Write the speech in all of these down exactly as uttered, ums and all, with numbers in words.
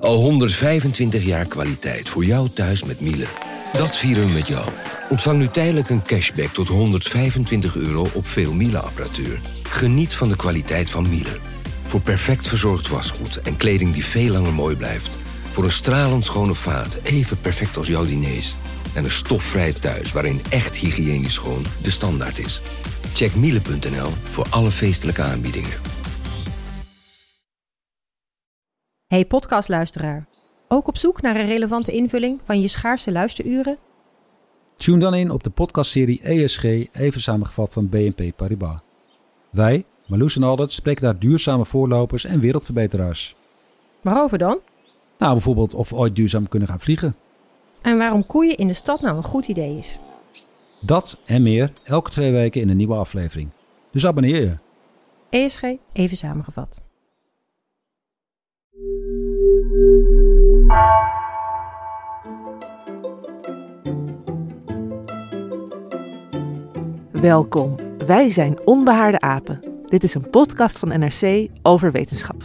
Al honderdvijfentwintig jaar kwaliteit voor jou thuis met Miele. Dat vieren we met jou. Ontvang nu tijdelijk een cashback tot honderdvijfentwintig euro op veel Miele-apparatuur. Geniet van de kwaliteit van Miele. Voor perfect verzorgd wasgoed en kleding die veel langer mooi blijft. Voor een stralend schone vaat, even perfect als jouw diners. En een stofvrij thuis waarin echt hygiënisch schoon de standaard is. Check miele punt n l voor alle feestelijke aanbiedingen. Hey podcastluisteraar. Ook op zoek naar een relevante invulling van je schaarse luisteruren? Tune dan in op de podcastserie E S G, even samengevat van B N P Paribas. Wij, Marloes en Aldert, spreken daar duurzame voorlopers en wereldverbeteraars. Waarover dan? Nou, bijvoorbeeld of we ooit duurzaam kunnen gaan vliegen. En waarom koeien in de stad nou een goed idee is. Dat en meer elke twee weken in een nieuwe aflevering. Dus abonneer je. E S G, even samengevat. Welkom, wij zijn Onbehaarde Apen. Dit is een podcast van N R C over wetenschap.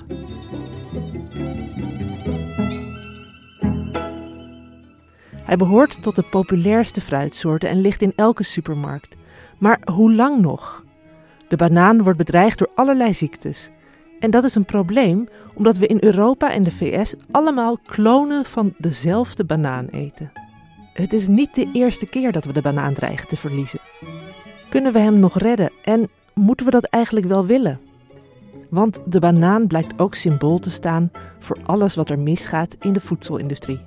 Hij behoort tot de populairste fruitsoorten en ligt in elke supermarkt. Maar hoe lang nog? De banaan wordt bedreigd door allerlei ziektes. En dat is een probleem omdat we in Europa en de V S allemaal klonen van dezelfde banaan eten. Het is niet de eerste keer dat we de banaan dreigen te verliezen. Kunnen we hem nog redden en moeten we dat eigenlijk wel willen? Want de banaan blijkt ook symbool te staan voor alles wat er misgaat in de voedselindustrie.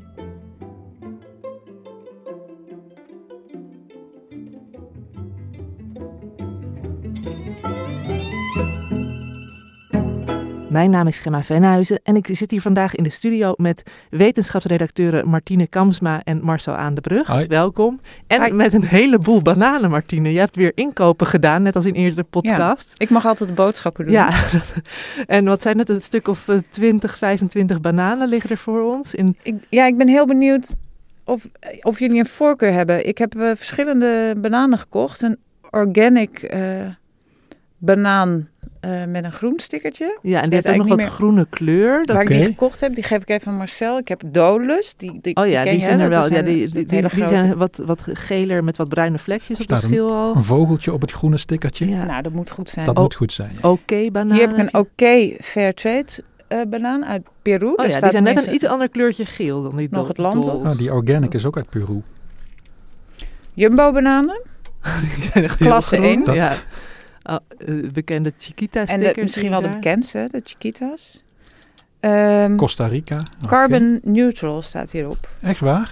Mijn naam is Gemma Venhuizen en ik zit hier vandaag in de studio met wetenschapsredacteuren Martine Kamsma en Marcel Aan de Brug. Hoi. Welkom. En Hoi. Met een heleboel bananen, Martine. Je hebt weer inkopen gedaan, net als in eerdere podcast. Ja, ik mag altijd boodschappen doen. Ja, en wat zijn het? Een stuk of twintig, vijfentwintig bananen liggen er voor ons. In... Ik, ja, ik ben heel benieuwd of, of jullie een voorkeur hebben. Ik heb uh, verschillende bananen gekocht. Een organic uh, banaan uh, met een groen stickertje. Ja, en die heeft ook nog wat meer... groene kleur. Dat Waar okay. ik die gekocht heb, die geef ik even aan Marcel. Ik heb Dolus. Die, die, oh ja, die, die zijn je, er wel. Zijn, ja, die die, die, die zijn wat, wat geler met wat bruine vlekjes op de schil al. Een vogeltje op het groene stickertje. Ja. Nou, dat moet goed zijn. Dat o- moet goed zijn. Oké okay, bananen. Hier heb ik een oké okay Fairtrade uh, banaan uit Peru. Oh ja, die zijn net een iets ander kleurtje geel dan die nog het land op. Oh, die organic is ook uit Peru. Jumbo bananen. Die zijn echt klasse één. Dat... Ja. Oh, uh, bekende Chiquita-stickers. En de, misschien wel de bekendste, de Chiquitas. Um, Costa Rica. Carbon Okay. neutral staat hierop. Echt waar?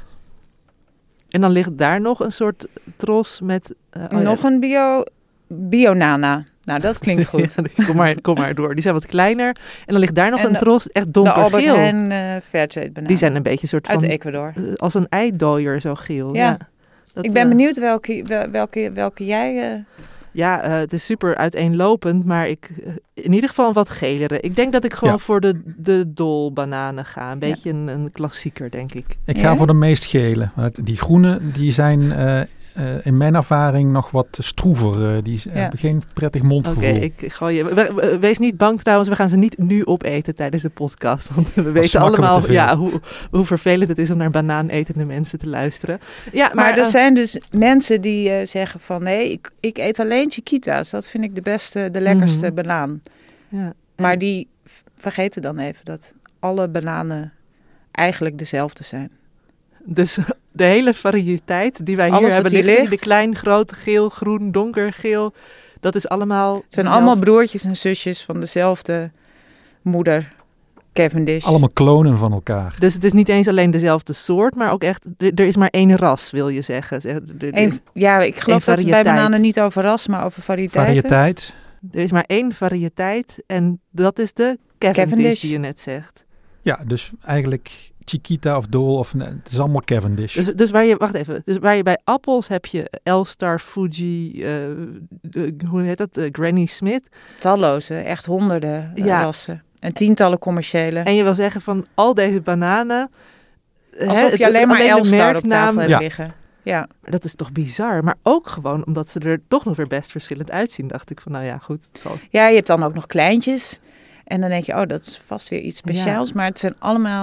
En dan ligt daar nog een soort tros met... Uh, oh nog ja. een bio, Bionana. Nou, dat klinkt goed. Ja, kom, maar, kom maar door. Die zijn wat kleiner. En dan ligt daar nog en een de, tros, echt donkergeel. De Albert Heijn uh, Fairtrade bananen. Die zijn een beetje een soort uit van... Ecuador. Uh, als een eidooier zo geel. Ja. ja dat, ik ben uh, benieuwd welke, wel, welke, welke jij... Uh, Ja, uh, het is super uiteenlopend, maar ik uh, in ieder geval wat gelere. Ik denk dat ik gewoon ja. voor de, de dolbananen ga. Een beetje ja. een, een klassieker, denk ik. Ik ga ja? voor de meest gele. Die groene, die zijn uh, uh, in mijn ervaring nog wat stroever. Uh, die ja. hebben geen prettig mondgevoel. Oké, okay, ik gooi je. We, we, wees niet bang trouwens, we gaan ze niet nu opeten tijdens de podcast. Want we weten allemaal ja, hoe, hoe vervelend het is om naar banaan-etende mensen te luisteren. Ja, maar, maar er uh, zijn dus mensen die uh, zeggen van nee, ik, ik eet alleen Chiquitas. Dat vind ik de beste, de lekkerste mm-hmm. banaan. Ja. Maar die vergeten dan even dat alle bananen eigenlijk dezelfde zijn. Dus de hele variëteit die wij Alles hier hebben liggen, ligt. de klein, groot, geel, groen, donkergeel, dat is allemaal... Het zijn dezelfde. allemaal broertjes en zusjes van dezelfde moeder, Cavendish. Allemaal klonen van elkaar. Dus het is niet eens alleen dezelfde soort, maar ook echt, er, er is maar één ras, wil je zeggen. Er, er, Eén, ja, ik geloof dat het bij bananen niet over ras, maar over variëteiten. Variëteit. Er is maar één variëteit en dat is de Cavendish, Cavendish. die je net zegt. Ja, dus eigenlijk Chiquita of Dole, of nee, het is allemaal Cavendish. Dus, dus waar je, wacht even, dus waar je bij appels heb je Elstar, Fuji, uh, uh, hoe heet dat, uh, Granny Smith. Talloze, echt honderden uh, ja. rassen. En tientallen commerciële. En je wil zeggen van al deze bananen... Alsof hè, je alleen maar Elstar op tafel hebt ja. liggen. Ja. Dat is toch bizar. Maar ook gewoon omdat ze er toch nog weer best verschillend uitzien. Dacht ik van nou ja, goed. Het zal... Ja, je hebt dan ook nog kleintjes. En dan denk je, oh, dat is vast weer iets speciaals. Ja. Maar het zijn allemaal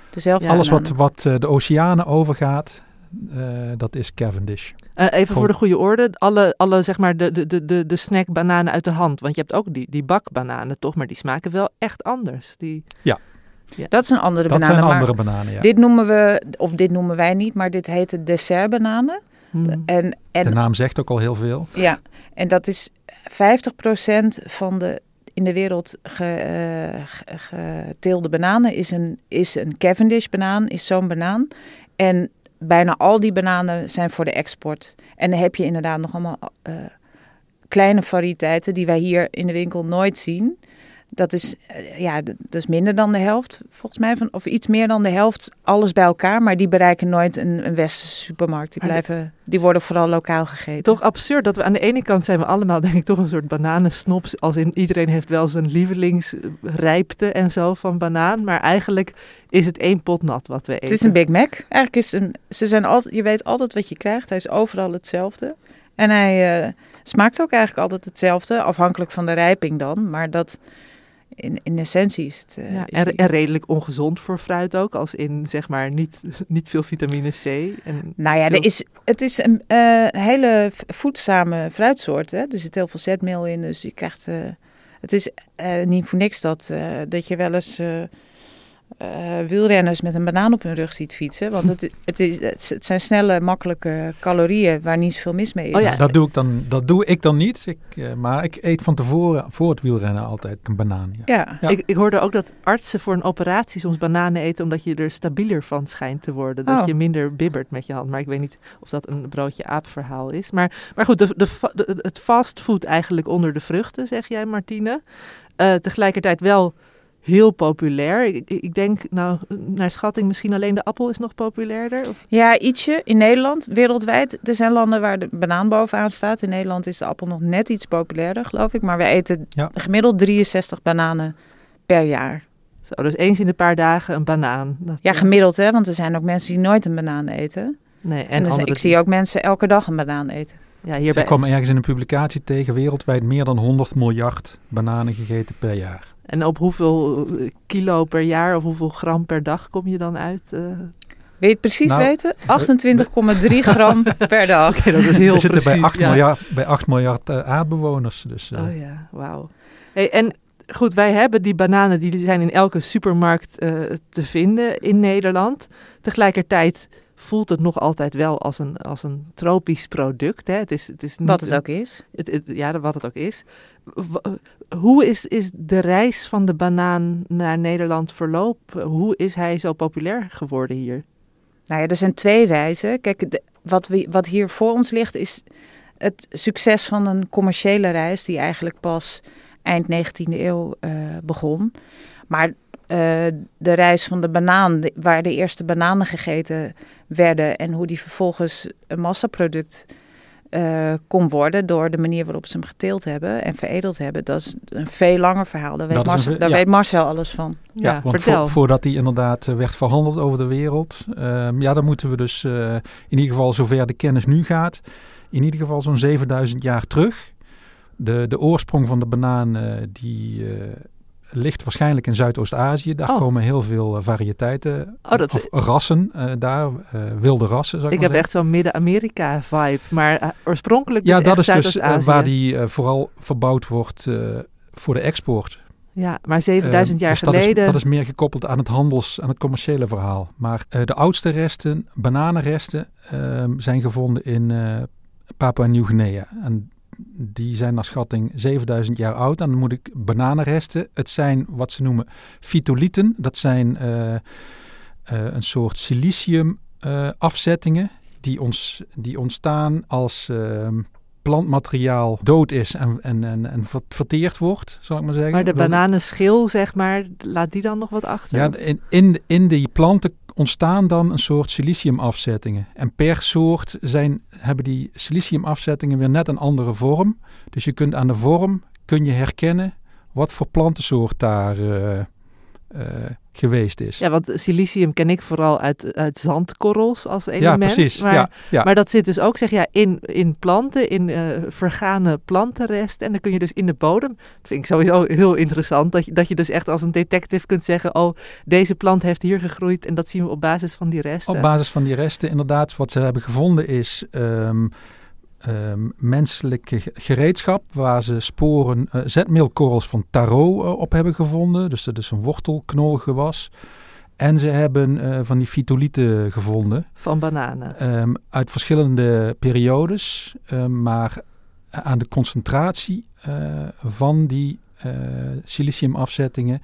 Dezelfde Ja, alles wat, bananen. wat uh, de oceanen overgaat, uh, dat is Cavendish. Uh, even Gewoon. voor de goede orde, alle, alle zeg maar de, de, de, de snackbananen uit de hand. Want je hebt ook die, die bakbananen toch, maar die smaken wel echt anders. Die... Ja. Ja. Dat zijn andere Dat bananen. zijn maar andere bananen, ja. Dit noemen we, of dit noemen wij niet, maar dit heet de dessertbananen. Hmm. En, en, De naam zegt ook al heel veel. Ja, en dat is vijftig procent van de in de wereld ge, uh, geteelde bananen is een, is een Cavendish banaan, is zo'n banaan. En bijna al die bananen zijn voor de export. En dan heb je inderdaad nog allemaal uh, kleine variëteiten die wij hier in de winkel nooit zien. Dat is, uh, ja, dat is minder dan de helft, volgens mij, van, of iets meer dan de helft, alles bij elkaar. Maar die bereiken nooit een, een westerse supermarkt. Die, blijven, die worden vooral lokaal gegeten. Toch absurd dat we aan de ene kant zijn we allemaal, denk ik, toch een soort bananensnops. Als in iedereen heeft wel zijn lievelingsrijpte en zo van banaan. Maar eigenlijk is het één pot nat wat we eten. Het is een Big Mac. Eigenlijk is het een, ze zijn altijd, je weet altijd wat je krijgt. Hij is overal hetzelfde. En hij uh, smaakt ook eigenlijk altijd hetzelfde, afhankelijk van de rijping dan. Maar dat... In, in essentie is het... Uh, ja, is en, die... en redelijk ongezond voor fruit ook, als in zeg maar niet, niet veel vitamine C. En nou ja, veel... er is, het is een uh, hele voedzame fruitsoort. Hè? Er zit heel veel zetmeel in, dus je krijgt... Uh, het is uh, niet voor niks dat, uh, dat je wel eens... Uh, Uh, wielrenners met een banaan op hun rug ziet fietsen. Want het, het, is, het zijn snelle, makkelijke calorieën waar niet zoveel mis mee is. Oh ja, dat, doe ik dan, dat doe ik dan niet. Ik, uh, maar ik eet van tevoren, voor het wielrennen, altijd een banaan. Ja. Ja. Ja. Ik, ik hoorde ook dat artsen voor een operatie soms bananen eten, omdat je er stabieler van schijnt te worden. Dat oh. je minder bibbert met je hand. Maar ik weet niet of dat een broodje aap verhaal is. Maar, maar goed, de, de, de, het fastfood eigenlijk onder de vruchten, zeg jij, Martine. Uh, tegelijkertijd wel... heel populair. Ik, ik denk, nou, naar schatting misschien alleen de appel is nog populairder? Of? Ja, ietsje. In Nederland, wereldwijd. Er zijn landen waar de banaan bovenaan staat. In Nederland is de appel nog net iets populairder, geloof ik. Maar wij eten ja. gemiddeld drieënzestig bananen per jaar. Zo, dus eens in de paar dagen een banaan. Dat, ja, gemiddeld, hè. Want er zijn ook mensen die nooit een banaan eten. Nee, en en dus, andere... ik zie ook mensen elke dag een banaan eten. Ja, hierbij... Ik kwam ergens in een publicatie tegen, wereldwijd meer dan honderd miljard bananen gegeten per jaar. En op hoeveel kilo per jaar of hoeveel gram per dag kom je dan uit? Uh... Wil je het precies nou, weten? achtentwintig komma drie gram per dag. Okay, dat is heel We zitten precies. bij acht ja. miljard, bij acht miljard uh, aardbewoners. Dus, uh... Oh ja, wauw. Hey, en goed, wij hebben die bananen, die zijn in elke supermarkt uh, te vinden in Nederland. Tegelijkertijd voelt het nog altijd wel als een, als een tropisch product. Hè? Het is, het is niet wat het een, ook is. Het, het, ja, wat het ook is. W- hoe is, is de reis van de banaan naar Nederland verlopen? Hoe is hij zo populair geworden hier? Nou ja, er zijn twee reizen. Kijk, de, wat, we, wat hier voor ons ligt is het succes van een commerciële reis die eigenlijk pas eind negentiende eeuw uh, begon. Maar uh, de reis van de banaan, de, waar de eerste bananen gegeten werden en hoe die vervolgens een massaproduct uh, kon worden door de manier waarop ze hem geteeld hebben en veredeld hebben, dat is een veel langer verhaal. Daar, weet, Marcel, een, daar ja. weet Marcel alles van. Ja, ja want vertel. Vo- voordat die inderdaad uh, werd verhandeld over de wereld, uh, ja, dan moeten we dus uh, in ieder geval zover de kennis nu gaat, in ieder geval zo'n zevenduizend jaar terug. De, de oorsprong van de banaan uh, die uh, ligt waarschijnlijk in Zuidoost-Azië. Daar oh. komen heel veel uh, variëteiten, oh, dat... of rassen uh, daar, uh, wilde rassen zou ik Ik maar heb echt zo'n Midden-Amerika-vibe, maar uh, oorspronkelijk dus ja, dat echt is dus uh, waar die uh, vooral verbouwd wordt uh, voor de export. Ja, maar zevenduizend uh, jaar dus dat geleden... Is, dat is meer gekoppeld aan het handels, aan het commerciële verhaal. Maar uh, de oudste resten, bananenresten, uh, zijn gevonden in uh, Papua Nieuw-Guinea. En die zijn naar schatting zevenduizend jaar oud. En dan moet ik bananenresten. Het zijn wat ze noemen fytolieten. Dat zijn uh, uh, een soort silicium uh, afzettingen die, ons, die ontstaan als uh, plantmateriaal dood is en, en, en, en verteerd wordt, zal ik maar zeggen. Maar de bananenschil, zeg maar, laat die dan nog wat achter? Ja, in, in, in die planten ontstaan dan een soort siliciumafzettingen. En per soort zijn, hebben die siliciumafzettingen weer net een andere vorm. Dus je kunt aan de vorm kun je herkennen wat voor plantensoort daar, uh, uh, geweest is. Ja, want silicium ken ik vooral uit, uit zandkorrels als element. Ja, precies. Maar, ja, ja. maar dat zit dus ook, zeg ja, in, in planten, in uh, vergane plantenresten. En dan kun je dus in de bodem, dat vind ik sowieso heel interessant, dat je, dat je dus echt als een detective kunt zeggen, oh, deze plant heeft hier gegroeid en dat zien we op basis van die resten. Op basis van die resten, inderdaad. Wat ze hebben gevonden is um, um, menselijke gereedschap, waar ze sporen, uh, zetmeelkorrels van taro uh, op hebben gevonden. Dus dat is een wortelknolgewas. En ze hebben uh, van die fytolieten gevonden. Van bananen. Um, uit verschillende periodes. Um, maar aan de concentratie uh, van die uh, siliciumafzettingen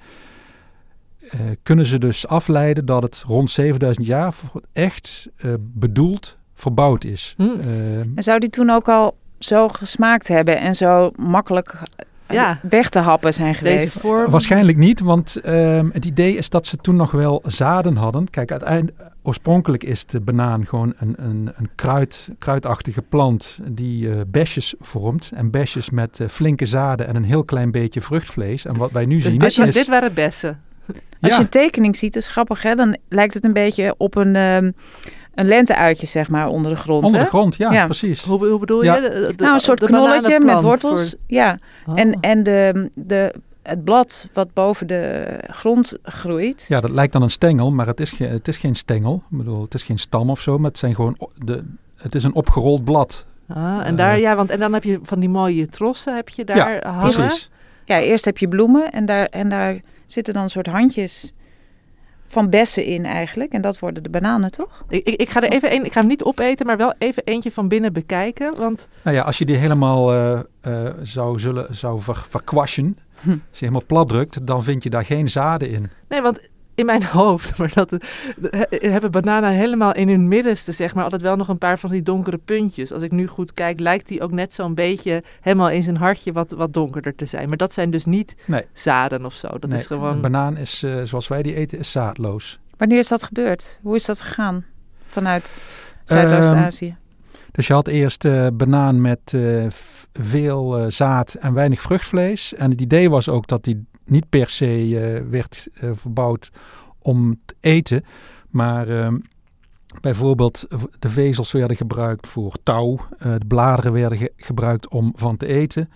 uh, kunnen ze dus afleiden dat het rond zevenduizend jaar echt uh, bedoeld verbouwd is. Hm. Uh, en zou die toen ook al zo gesmaakt hebben en zo makkelijk ja. weg te happen zijn geweest? Deze vorm... Waarschijnlijk niet, want um, het idee is dat ze toen nog wel zaden hadden. Kijk, uiteindelijk, oorspronkelijk is de banaan gewoon een, een, een kruid, kruidachtige plant die uh, besjes vormt. En besjes met uh, flinke zaden en een heel klein beetje vruchtvlees. En wat wij nu dus zien dit, is... dit waren bessen. Als ja. je een tekening ziet, dat is grappig hè, dan lijkt het een beetje op een... Um, Een lenteuitje, zeg maar, onder de grond. Onder hè? de grond, ja, ja. precies. Hoe, hoe bedoel ja. je? De, de, nou, een soort de knolletje met wortels. Voor... Ja, oh. en, en de, de, het blad wat boven de grond groeit. Ja, dat lijkt dan een stengel, maar het is, ge, het is geen stengel. Ik bedoel, het is geen stam of zo, maar het, zijn gewoon de, het is een opgerold blad. Ah, en, daar, ja, want, en dan heb je van die mooie trossen, heb je daar ja, hangen. Precies. Ja, eerst heb je bloemen en daar, en daar zitten dan een soort handjes van bessen in eigenlijk. En dat worden de bananen, toch? Ik, ik, ik ga er even een, ik ga hem niet opeten, maar wel even eentje van binnen bekijken. Want... Nou ja, als je die helemaal uh, uh, zou, zullen, zou ver, verkwasjen, hm. als je helemaal plat drukt, dan vind je daar geen zaden in. Nee, want in mijn hoofd, maar dat hebben bananen helemaal in hun middenste, zeg maar, altijd wel nog een paar van die donkere puntjes. Als ik nu goed kijk, lijkt die ook net zo'n beetje helemaal in zijn hartje wat, wat donkerder te zijn. Maar dat zijn dus niet nee. zaden of zo. Dat nee, is gewoon... Een banaan is, uh, zoals wij die eten, is zaadloos. Wanneer is dat gebeurd? Hoe is dat gegaan vanuit Zuidoost-Azië? Um, dus je had eerst uh, banaan met uh, f- veel uh, zaad en weinig vruchtvlees. En het idee was ook dat die niet per se uh, werd uh, verbouwd om te eten. Maar uh, bijvoorbeeld de vezels werden gebruikt voor touw. Uh, de bladeren werden ge- gebruikt om van te eten.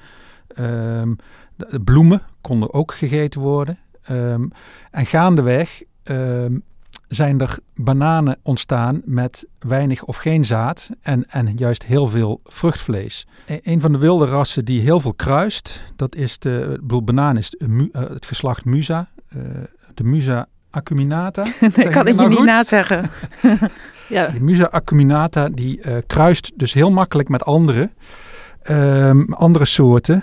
Um, de, de bloemen konden ook gegeten worden. Um, en gaandeweg um, zijn er bananen ontstaan met weinig of geen zaad en, en juist heel veel vruchtvlees. E- een van de wilde rassen die heel veel kruist, dat is de, ik bedoel, banaan is de, uh, het geslacht Musa, uh, de Musa acuminata. Dat kan ik je nou niet nazeggen. Ja. Die Musa acuminata die uh, kruist dus heel makkelijk met andere, um, andere soorten,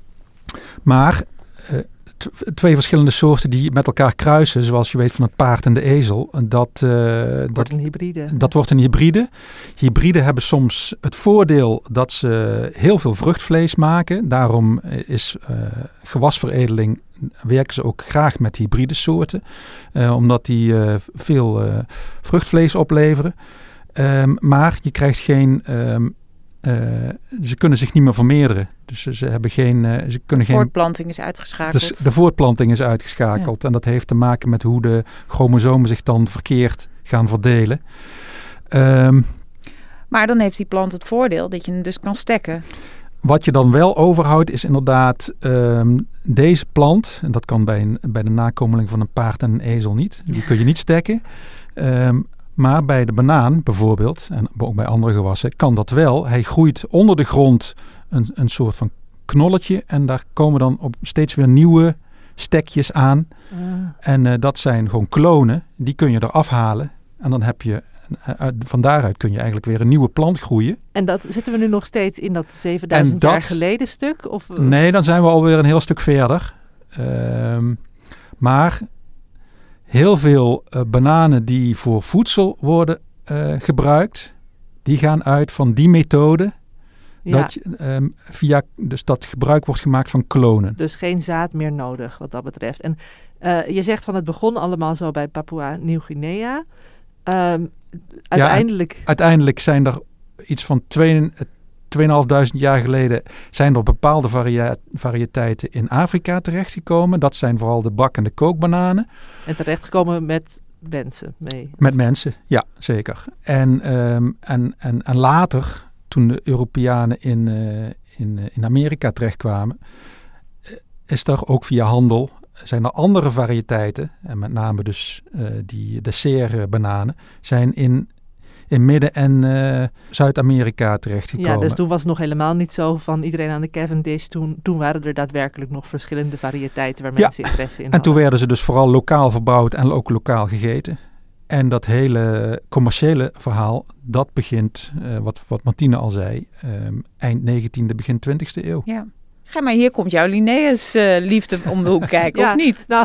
maar uh, twee verschillende soorten die met elkaar kruisen, zoals je weet van het paard en de ezel. Dat, uh, wordt dat, een hybride. Dat wordt een hybride. Hybriden hebben soms het voordeel dat ze heel veel vruchtvlees maken. Daarom is uh, gewasveredeling, werken ze ook graag met hybride soorten. Uh, omdat die uh, veel uh, vruchtvlees opleveren. Um, maar je krijgt geen... Um, Uh, ze kunnen zich niet meer vermeerderen. Dus ze, ze hebben geen... Uh, ze kunnen de voortplanting geen, is uitgeschakeld. Dus de voortplanting is uitgeschakeld. Ja. En dat heeft te maken met hoe de chromosomen zich dan verkeerd gaan verdelen. Um, maar dan heeft die plant het voordeel dat je hem dus kan stekken. Wat je dan wel overhoudt is inderdaad um, deze plant. En dat kan bij, een, bij de nakomeling van een paard en een ezel niet. Die kun je niet stekken. Um, Maar bij de banaan bijvoorbeeld, en ook bij andere gewassen, kan dat wel. Hij groeit onder de grond een, een soort van knolletje. En daar komen dan op steeds weer nieuwe stekjes aan. Ah. En uh, dat zijn gewoon klonen. Die kun je eraf halen. En dan heb je, uh, van daaruit kun je eigenlijk weer een nieuwe plant groeien. En dat zitten we nu nog steeds in dat zevenduizend dat, jaar geleden stuk? Of? Nee, dan zijn we alweer een heel stuk verder. Uh, maar... Heel veel uh, bananen die voor voedsel worden uh, gebruikt, die gaan uit van die methode. Ja. Dat, um, via, dus dat gebruik wordt gemaakt van klonen. Dus geen zaad meer nodig wat dat betreft. En uh, je zegt van het begon allemaal zo bij Papua Nieuw-Guinea. Um, uiteindelijk... Ja, uiteindelijk zijn er iets van twee, tweeduizend jaar geleden zijn er bepaalde varia- variëteiten in Afrika terechtgekomen. Dat zijn vooral de bak- en de kookbananen. En terechtgekomen met mensen mee. Met mensen, ja, zeker. En, um, en, en, en later, toen de Europeanen in, uh, in, uh, in Amerika terechtkwamen, uh, is er ook via handel, zijn er andere variëteiten, en met name dus uh, die dessertbananen, zijn in, in Midden- en uh, Zuid-Amerika terechtgekomen. Ja, dus toen was het nog helemaal niet zo van iedereen aan de Cavendish. Toen, toen waren er daadwerkelijk nog verschillende variëteiten waar mensen ja. interesse in en hadden. toen werden ze dus vooral lokaal verbouwd en ook lokaal gegeten. En dat hele commerciële verhaal, dat begint, uh, wat, wat Martine al zei, um, eind negentiende, begin twintigste eeuw. Ja. Ga maar, hier komt jouw Linnaeus uh, liefde om de hoek kijken, ja, of niet? Nou,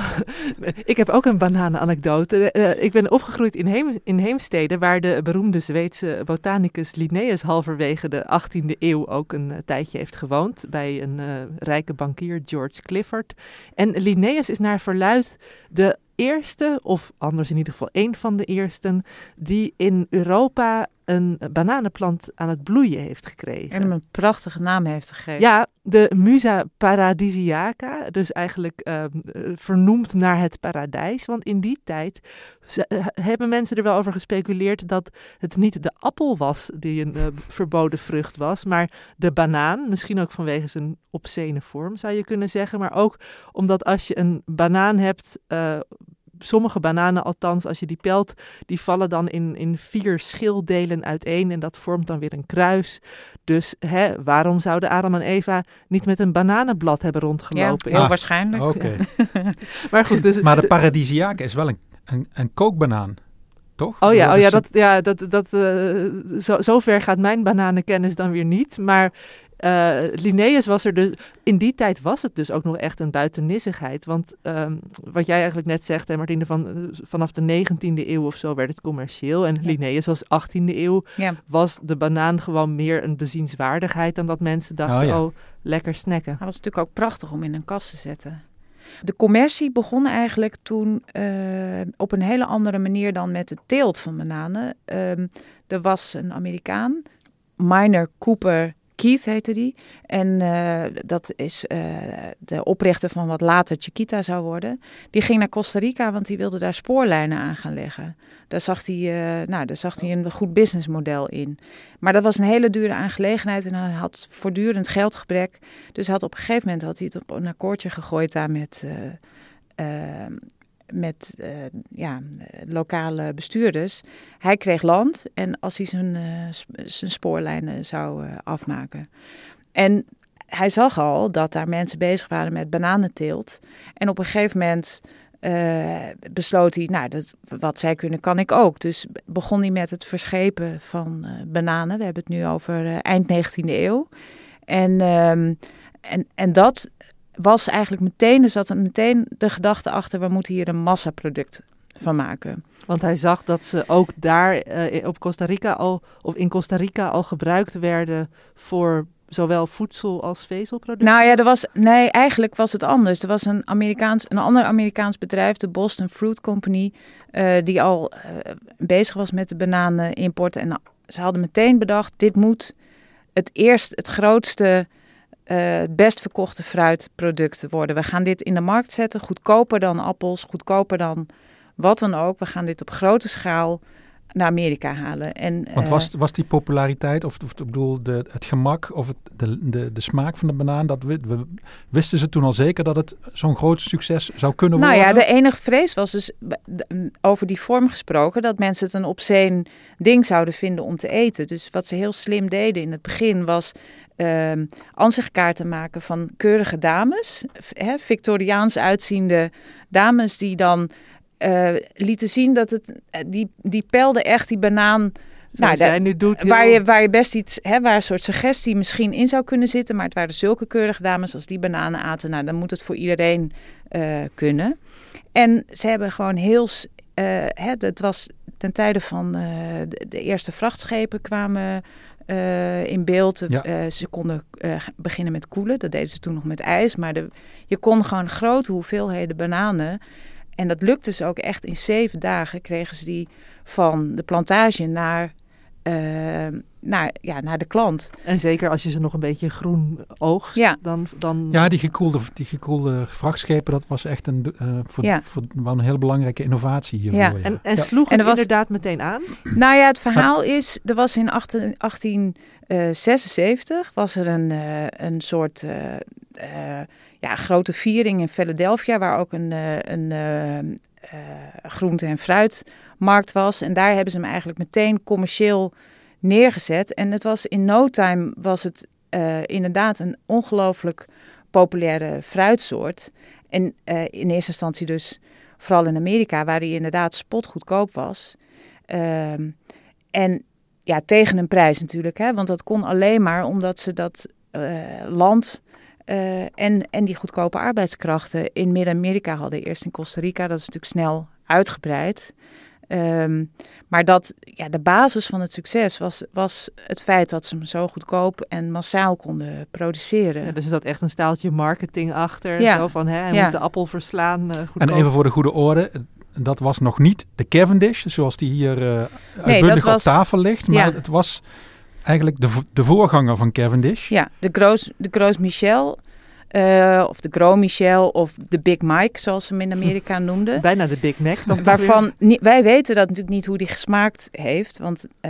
ik heb ook een bananenanekdote. Uh, ik ben opgegroeid in, Heem, in Heemstede, waar de beroemde Zweedse botanicus Linnaeus halverwege de achttiende eeuw ook een uh, tijdje heeft gewoond. Bij een uh, rijke bankier, George Clifford. En Linnaeus is naar verluidt de eerste, of anders in ieder geval één van de eersten, die in Europa een bananenplant aan het bloeien heeft gekregen. En hem een prachtige naam heeft gegeven. Ja, de Musa paradisiaca, dus eigenlijk uh, vernoemd naar het paradijs. Want in die tijd ze, uh, hebben mensen er wel over gespeculeerd dat het niet de appel was die een uh, verboden vrucht was, maar de banaan. Misschien ook vanwege zijn obscene vorm, zou je kunnen zeggen. Maar ook omdat als je een banaan hebt, Uh, sommige bananen althans, als je die pelt, die vallen dan in, in vier schildelen uiteen en dat vormt dan weer een kruis. Dus hè, waarom zouden Adam en Eva niet met een bananenblad hebben rondgelopen? Ja, heel ah, waarschijnlijk. Okay. maar goed, dus, maar de paradisiaca is wel een, een, een kookbanaan, toch? Oh ja, oh ja, dat, dat, ja dat, dat, uh, zo, zo ver gaat mijn bananenkennis dan weer niet, maar Uh, Linnaeus was er dus, in die tijd was het dus ook nog echt een buitennissigheid. Want um, wat jij eigenlijk net zegt, hè, Martine, van, uh, vanaf de negentiende eeuw of zo werd het commercieel. En ja. Linnaeus was achttiende eeuw, ja. was de banaan gewoon meer een bezienswaardigheid dan dat mensen dachten, oh, ja. oh lekker snacken. Dat was natuurlijk ook prachtig om in een kast te zetten. De commercie begon eigenlijk toen uh, op een hele andere manier dan met de teelt van bananen. Uh, er was een Amerikaan, Minor Cooper Keith heette die. En uh, dat is uh, de oprichter van wat later Chiquita zou worden. Die ging naar Costa Rica, want die wilde daar spoorlijnen aan gaan leggen. Daar zag hij, uh, nou, daar zag hij een goed businessmodel in. Maar dat was een hele dure aangelegenheid en hij had voortdurend geldgebrek. Dus hij had op een gegeven moment had hij het op een akkoordje gegooid daar met Uh, uh, met uh, ja, lokale bestuurders. Hij kreeg land en als hij zijn, uh, sp- zijn spoorlijnen zou uh, afmaken. En hij zag al dat daar mensen bezig waren met bananenteelt. En op een gegeven moment uh, besloot hij, nou, dat, wat zij kunnen, kan ik ook. Dus begon hij met het verschepen van uh, bananen. We hebben het nu over uh, eind negentiende eeuw. En, um, en, en dat was eigenlijk meteen, er zat meteen de gedachte achter, we moeten hier een massaproduct van maken. Want hij zag dat ze ook daar uh, op Costa Rica al, of in Costa Rica al gebruikt werden voor zowel voedsel als vezelproducten? Nou ja, er was, nee, eigenlijk was het anders. Er was een, Amerikaans, een ander Amerikaans bedrijf, de Boston Fruit Company, uh, die al uh, bezig was met de bananenimport. En uh, ze hadden meteen bedacht, dit moet het eerst, het grootste, Uh, het best verkochte fruitproduct worden. We gaan dit in de markt zetten, goedkoper dan appels, goedkoper dan wat dan ook. We gaan dit op grote schaal naar Amerika halen. En, Want uh, was, was die populariteit, of, of ik bedoel de, het gemak of het, de, de, de smaak van de banaan, dat we, we, wisten ze toen al zeker dat het zo'n groot succes zou kunnen nou worden? Nou ja, de enige vrees was dus over die vorm gesproken, dat mensen het een obscene ding zouden vinden om te eten. Dus wat ze heel slim deden in het begin was Uh, ansichtkaarten maken van keurige dames, hè, Victoriaans uitziende dames die dan uh, lieten zien dat het, die, die pelden echt die banaan, nou, jij nu doet, waar, je, waar je best iets, hè, waar een soort suggestie misschien in zou kunnen zitten, maar het waren zulke keurige dames als die bananen aten, nou dan moet het voor iedereen uh, kunnen. En ze hebben gewoon heel, uh, hè, het was ten tijde van uh, de, de eerste vrachtschepen kwamen Uh, in beeld. Ja. Uh, ze konden uh, beginnen met koelen. Dat deden ze toen nog met ijs. Maar de, je kon gewoon grote hoeveelheden bananen. En dat lukte ze ook echt in zeven dagen. Kregen ze die van de plantage naar uh, naar, ja, naar de klant. En zeker als je ze nog een beetje groen oogst. Ja, dan, dan... ja die, gekoelde, die gekoelde vrachtschepen, dat was echt een, uh, voor, ja. voor, een hele belangrijke innovatie hiervoor. Ja. Ja. En, en ja. sloeg het was... inderdaad meteen aan? Nou ja, het verhaal is, er was in achttien zesenzeventig was er een, uh, een soort uh, uh, ja, grote viering in Philadelphia, waar ook een, uh, een uh, uh, groente- en fruitmarkt was. En daar hebben ze hem eigenlijk meteen commercieel neergezet. En het was in no time was het uh, inderdaad een ongelooflijk populaire fruitsoort. En uh, in eerste instantie dus vooral in Amerika, waar die inderdaad spotgoedkoop was. Uh, en ja, tegen een prijs natuurlijk, hè, want dat kon alleen maar omdat ze dat uh, land uh, en, en die goedkope arbeidskrachten in Midden-Amerika hadden. Eerst in Costa Rica, dat is natuurlijk snel uitgebreid. Um, maar dat, ja, de basis van het succes was, was het feit dat ze hem zo goedkoop en massaal konden produceren. Ja, dus er zat echt een staaltje marketing achter. Ja. Zo van, hè, hij ja. moet de appel verslaan. Uh, en even voor de goede orde, dat was nog niet de Cavendish, zoals die hier uh, nee, uitbundig was, op tafel ligt. Maar ja. het was eigenlijk de, de voorganger van Cavendish. Ja, de Gros, de Gros Michel. Uh, of de Gros Michel of de Big Mike, zoals ze hem in Amerika noemden. Bijna de Big Mac. Dan Waarvan nie, wij weten dat natuurlijk niet hoe die gesmaakt heeft. Want uh,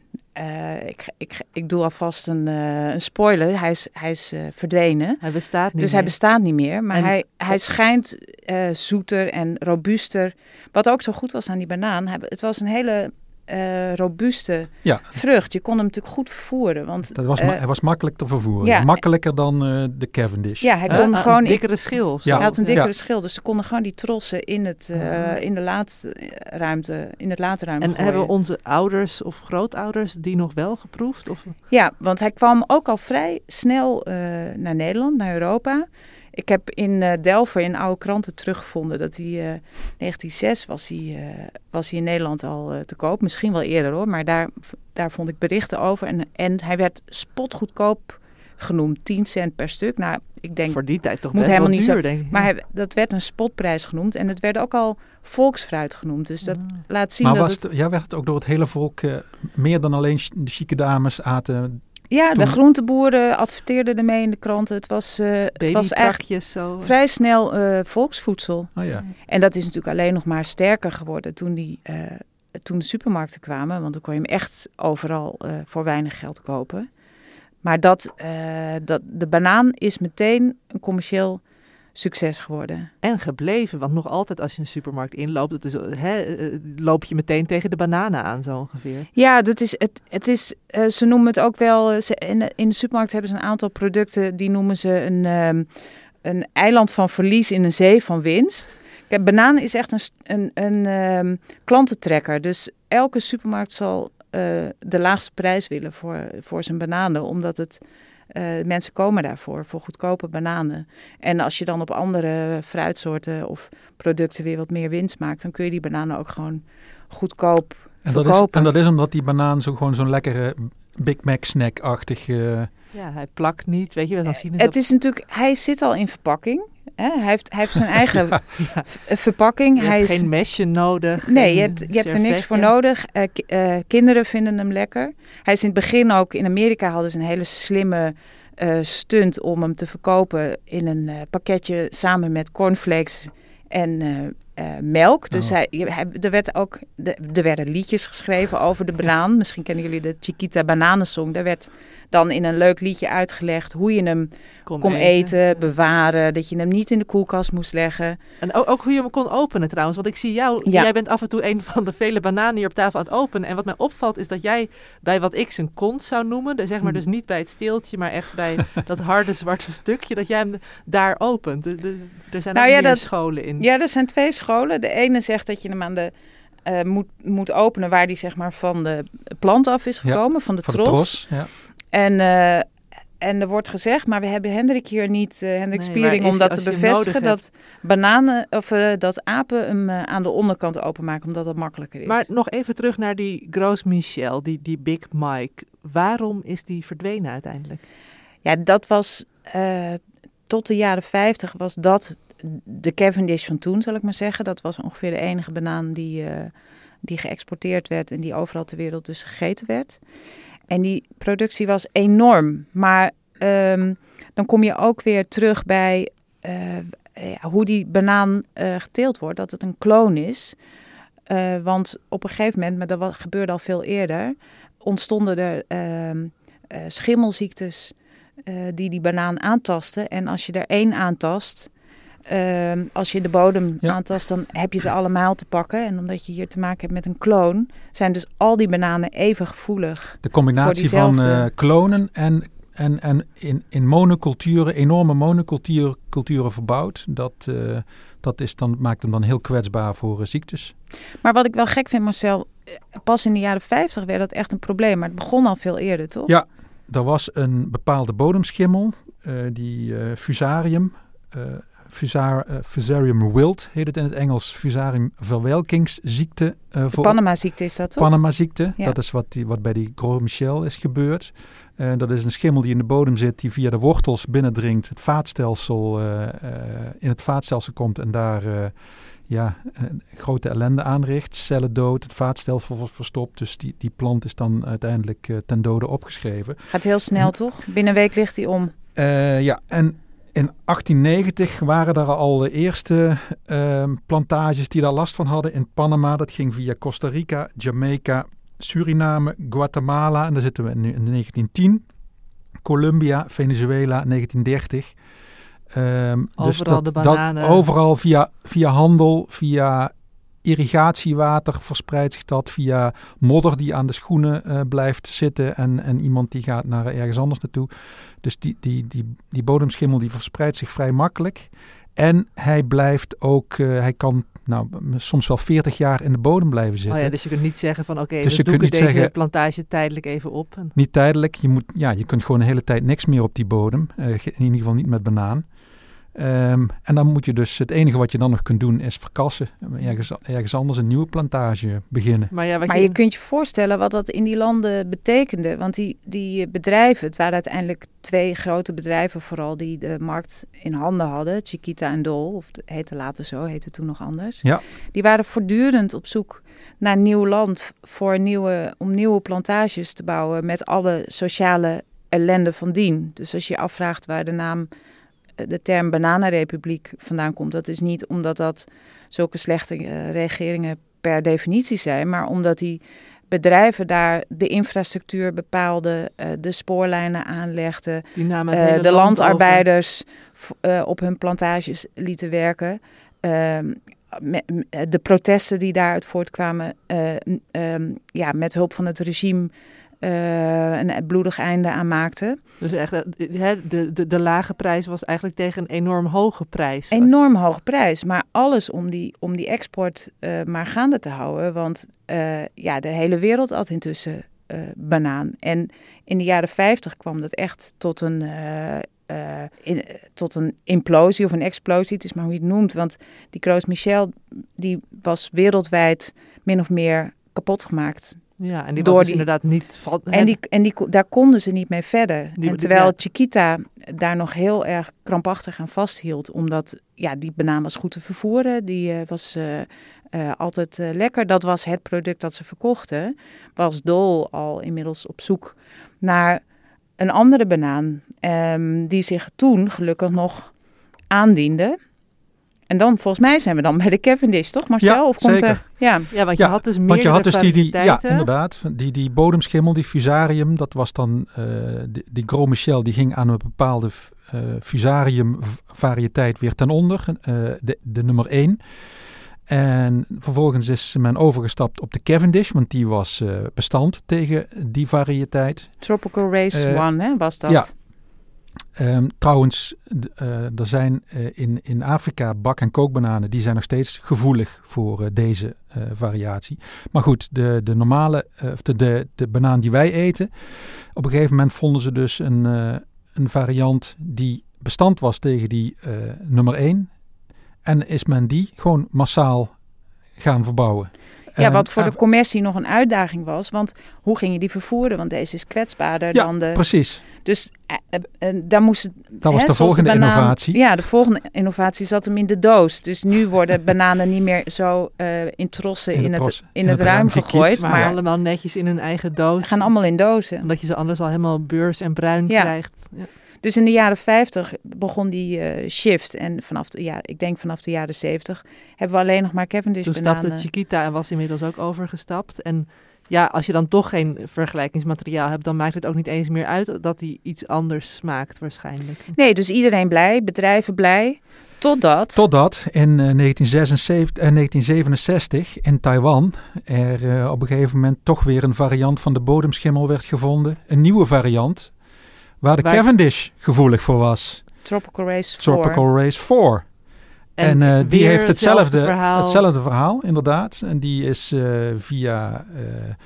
uh, ik, ik, ik doe alvast een, uh, een spoiler. Hij is, hij is uh, verdwenen. Hij bestaat niet dus meer. hij bestaat niet meer. Maar en, hij, hij schijnt uh, zoeter en robuuster. Wat ook zo goed was aan die banaan. Hij, het was een hele... Uh, robuuste ja. vrucht. Je kon hem natuurlijk goed vervoeren. Want, dat was, uh, ma- hij was makkelijk te vervoeren. Ja. Makkelijker dan uh, de Cavendish. Ja, hij uh, kon uh, gewoon... Een dikkere schil of zo. Ja. Hij had een dikkere ja. schil. Dus ze konden gewoon die trossen in, het, uh, in de laadruimte, in het laadruimte En gooien. hebben onze ouders of grootouders die nog wel geproefd? Of? Ja, want hij kwam ook al vrij snel uh, naar Nederland, naar Europa. Ik heb in uh, Delver in oude kranten teruggevonden dat hij uh, negentien zes was hij, uh, was hij in Nederland al uh, te koop. Misschien wel eerder hoor, maar daar, daar vond ik berichten over. En, en hij werd spotgoedkoop genoemd, tien cent per stuk. Nou, ik denk... Voor die tijd toch moet best wel niet duur, zo, denk ik. Maar hij, dat werd een spotprijs genoemd. En het werd ook al volksfruit genoemd. Dus dat ah. laat zien maar dat was het... het... Ja, werd het ook door het hele volk uh, meer dan alleen de chique dames aten... Ja, Toen... de groenteboeren adverteerden ermee in de kranten. Het was, uh, het was echt zo. vrij snel uh, volksvoedsel. Oh ja. En dat is natuurlijk alleen nog maar sterker geworden toen, die, uh, toen de supermarkten kwamen. Want dan kon je hem echt overal uh, voor weinig geld kopen. Maar dat, uh, dat, de banaan is meteen een commercieel succes geworden. En gebleven, want nog altijd als je een supermarkt inloopt, het is, hè, loop je meteen tegen de bananen aan zo ongeveer. Ja, dat is, het, het is, uh, ze noemen het ook wel, ze, in, de, in de supermarkt hebben ze een aantal producten, die noemen ze een, um, een eiland van verlies in een zee van winst. Kijk, banaan is echt een, een, een um, klantentrekker, dus elke supermarkt zal uh, de laagste prijs willen voor, voor zijn bananen, omdat het... Uh, mensen komen daarvoor, voor goedkope bananen. En als je dan op andere fruitsoorten of producten weer wat meer winst maakt, dan kun je die bananen ook gewoon goedkoop en dat verkopen. Is, en dat is omdat die banaan zo gewoon zo'n lekkere Big Mac snack-achtig... Uh... Ja, hij plakt niet, weet je wel. Dan zien het is natuurlijk, hij zit al in verpakking. Hè? Hij, heeft, hij heeft zijn eigen ja, ja. verpakking. Je hij hebt is... geen mesje nodig. Nee, je hebt, je hebt er niks voor nodig. Uh, k- uh, kinderen vinden hem lekker. Hij is in het begin ook, in Amerika hadden ze een hele slimme uh, stunt om hem te verkopen in een uh, pakketje samen met cornflakes en uh, uh, melk. Dus oh. hij, hij, er, werd ook, de, er werden liedjes geschreven over de banaan. Misschien kennen jullie de Chiquita Bananensong. Daar werd dan in een leuk liedje uitgelegd hoe je hem kon, kon eten, eten, bewaren. Dat je hem niet in de koelkast moest leggen. En ook, ook hoe je hem kon openen trouwens. Want ik zie jou, ja. jij bent af en toe een van de vele bananen hier op tafel aan het openen. En wat mij opvalt is dat jij bij wat ik zijn kont zou noemen, dus zeg maar dus niet bij het steeltje, maar echt bij dat harde zwarte stukje, dat jij hem daar opent. De, de, er zijn nou ook ja, meer dat, scholen in. Ja, er zijn twee scholen. De ene zegt dat je hem aan de uh, moet, moet openen waar die zeg maar van de plant af is gekomen, ja, van de van tros. De tros ja. En, uh, en er wordt gezegd, maar we hebben Hendrik hier niet, uh, Hendrik nee, Spiering, om dat te bevestigen, dat bananen of uh, dat apen hem uh, aan de onderkant openmaken, omdat dat makkelijker is. Maar nog even terug naar die Gros Michel, die, die Big Mike. Waarom is die verdwenen uiteindelijk? Ja, dat was uh, tot de jaren vijftig was dat de Cavendish van toen, zal ik maar zeggen. Dat was ongeveer de enige banaan die, uh, die geëxporteerd werd en die overal ter wereld dus gegeten werd. En die productie was enorm. Maar um, dan kom je ook weer terug bij uh, ja, hoe die banaan uh, geteeld wordt, dat het een kloon is. Uh, want op een gegeven moment, maar dat was, gebeurde al veel eerder, ontstonden er uh, uh, schimmelziektes uh, die die banaan aantasten. En als je er één aantast, uh, als je de bodem ja. aantast, dan heb je ze allemaal te pakken. En omdat je hier te maken hebt met een kloon, zijn dus al die bananen even gevoelig. De combinatie van uh, klonen en, en, en in, in monoculturen, enorme monoculturen verbouwd, dat... Uh, Dat is dan, maakt hem dan heel kwetsbaar voor uh, ziektes. Maar wat ik wel gek vind, Marcel, pas in de jaren vijftig werd dat echt een probleem. Maar het begon al veel eerder, toch? Ja, er was een bepaalde bodemschimmel, uh, die uh, Fusarium, uh, Fusar, uh, Fusarium wilt heet het in het Engels, Fusarium verwelkingsziekte. Uh, de Panama-ziekte is dat, toch? Panama-ziekte, ja. Dat is wat, die, wat bij die Gros Michel is gebeurd. Uh, dat is een schimmel die in de bodem zit, die via de wortels binnendringt, het vaatstelsel, uh, uh, in het vaatstelsel komt en daar uh, ja, een grote ellende aanricht. Cellen dood, het vaatstelsel wordt verstopt, dus die, die plant is dan uiteindelijk uh, ten dode opgeschreven. Gaat heel snel, en, toch? Binnen een week ligt hij om. Uh, ja, en in achttien negentig waren er al de eerste uh, plantages die daar last van hadden in Panama. Dat ging via Costa Rica, Jamaica, Suriname, Guatemala, en daar zitten we nu in negentien tien. Colombia, Venezuela, negentien dertig. Um, overal dus dat, de bananen. Dat, overal via, via handel, via irrigatiewater verspreidt zich dat. Via modder die aan de schoenen uh, blijft zitten en, en iemand die gaat naar ergens anders naartoe. Dus die, die, die, die bodemschimmel die verspreidt zich vrij makkelijk. En hij blijft ook, uh, hij kan nou, soms wel veertig jaar in de bodem blijven zitten. Oh ja, dus je kunt niet zeggen van oké, okay, dus we doeken deze zeggen, plantage tijdelijk even op. En... Niet tijdelijk, je, moet, ja, je kunt gewoon een hele tijd niks meer op die bodem. Uh, in ieder geval niet met banaan. Um, en dan moet je dus, het enige wat je dan nog kunt doen is verkassen. Ergens, ergens anders een nieuwe plantage beginnen. Maar, ja, wat maar je... je kunt je voorstellen wat dat in die landen betekende. Want die, die bedrijven, het waren uiteindelijk twee grote bedrijven vooral die de markt in handen hadden. Chiquita en Dole, of het heette later zo, heette toen nog anders. Ja. Die waren voortdurend op zoek naar nieuw land voor nieuwe, om nieuwe plantages te bouwen met alle sociale ellende van dien. Dus als je je afvraagt waar de naam... de term bananenrepubliek vandaan komt. Dat is niet omdat dat zulke slechte uh, regeringen per definitie zijn, maar omdat die bedrijven daar de infrastructuur bepaalden, uh, de spoorlijnen aanlegden, die namen uh, de land landarbeiders uh, op hun plantages lieten werken. Uh, me, de protesten die daaruit voortkwamen, uh, um, ja, met hulp van het regime Uh, een bloedig einde aan maakte. Dus echt, de, de, de lage prijs was eigenlijk tegen een enorm hoge prijs. Enorm hoge prijs, maar alles om die, om die export uh, maar gaande te houden. Want uh, ja, de hele wereld at intussen uh, banaan. En in de jaren vijftig kwam dat echt tot een, uh, uh, in, tot een implosie of een explosie. Het is maar hoe je het noemt. Want die Gros Michel die was wereldwijd min of meer kapot gemaakt. Ja, en die was dus die, inderdaad niet... Val, en die, en die, daar konden ze niet mee verder. Die, en terwijl ja. Chiquita daar nog heel erg krampachtig aan vasthield. Omdat ja, die banaan was goed te vervoeren. Die uh, was uh, uh, altijd uh, lekker. Dat was het product dat ze verkochten. Was Dole al inmiddels op zoek naar een andere banaan. Um, die zich toen gelukkig nog aandiende. En dan, volgens mij, zijn we dan bij de Cavendish, toch Marcel? Ja, of komt zeker. Er, ja. ja, want je ja, had dus meerdere want je had dus die, die, variëteiten. Ja, inderdaad. Die, die bodemschimmel, die Fusarium, dat was dan... Uh, die, die Gros Michel, die ging aan een bepaalde uh, Fusarium variëteit weer ten onder. Uh, de, de nummer één. En vervolgens is men overgestapt op de Cavendish, want die was uh, bestand tegen die variëteit. Tropical Race uh, One, hè, was dat? Ja. Um, trouwens, uh, er zijn uh, in, in Afrika bak- en kookbananen, die zijn nog steeds gevoelig voor uh, deze uh, variatie. Maar goed, de, de normale, uh, de, de, de banaan die wij eten, op een gegeven moment vonden ze dus een, uh, een variant die bestand was tegen die uh, nummer één. En is men die gewoon massaal gaan verbouwen. Ja, En, wat voor en, de commercie nog een uitdaging was. Want hoe ging je die vervoeren? Want deze is kwetsbaarder ja, dan de... precies. Dus uh, uh, daar moest het... Dat was hè, de volgende de banaan, innovatie. Ja, de volgende innovatie zat hem in de doos. Dus nu worden bananen niet meer zo uh, in trossen in, in, het, tros, in, in het, het ruim gegooid. Maar, maar allemaal netjes in hun eigen doos. Gaan allemaal in dozen. Omdat je ze anders al helemaal beurs en bruin ja. krijgt. Ja. Dus in de jaren vijftig begon die uh, shift. En vanaf de, ja, ik denk vanaf de jaren zeventig hebben we alleen nog maar Cavendish Toen bananen. Toen stapte Chiquita en was inmiddels ook overgestapt. En ja, als je dan toch geen vergelijkingsmateriaal hebt, dan maakt het ook niet eens meer uit dat die iets anders smaakt waarschijnlijk. Nee, dus iedereen blij, bedrijven blij. Totdat... Totdat in uh, negentien zesenzeventig, uh, negentien zevenenzestig in Taiwan er uh, op een gegeven moment toch weer een variant van de bodemschimmel werd gevonden. Een nieuwe variant. Waar de waar... Cavendish gevoelig voor was. Tropical Race vier. Tropical Race vier. En, en uh, die heeft hetzelfde verhaal. hetzelfde verhaal, inderdaad. En die is uh, via uh,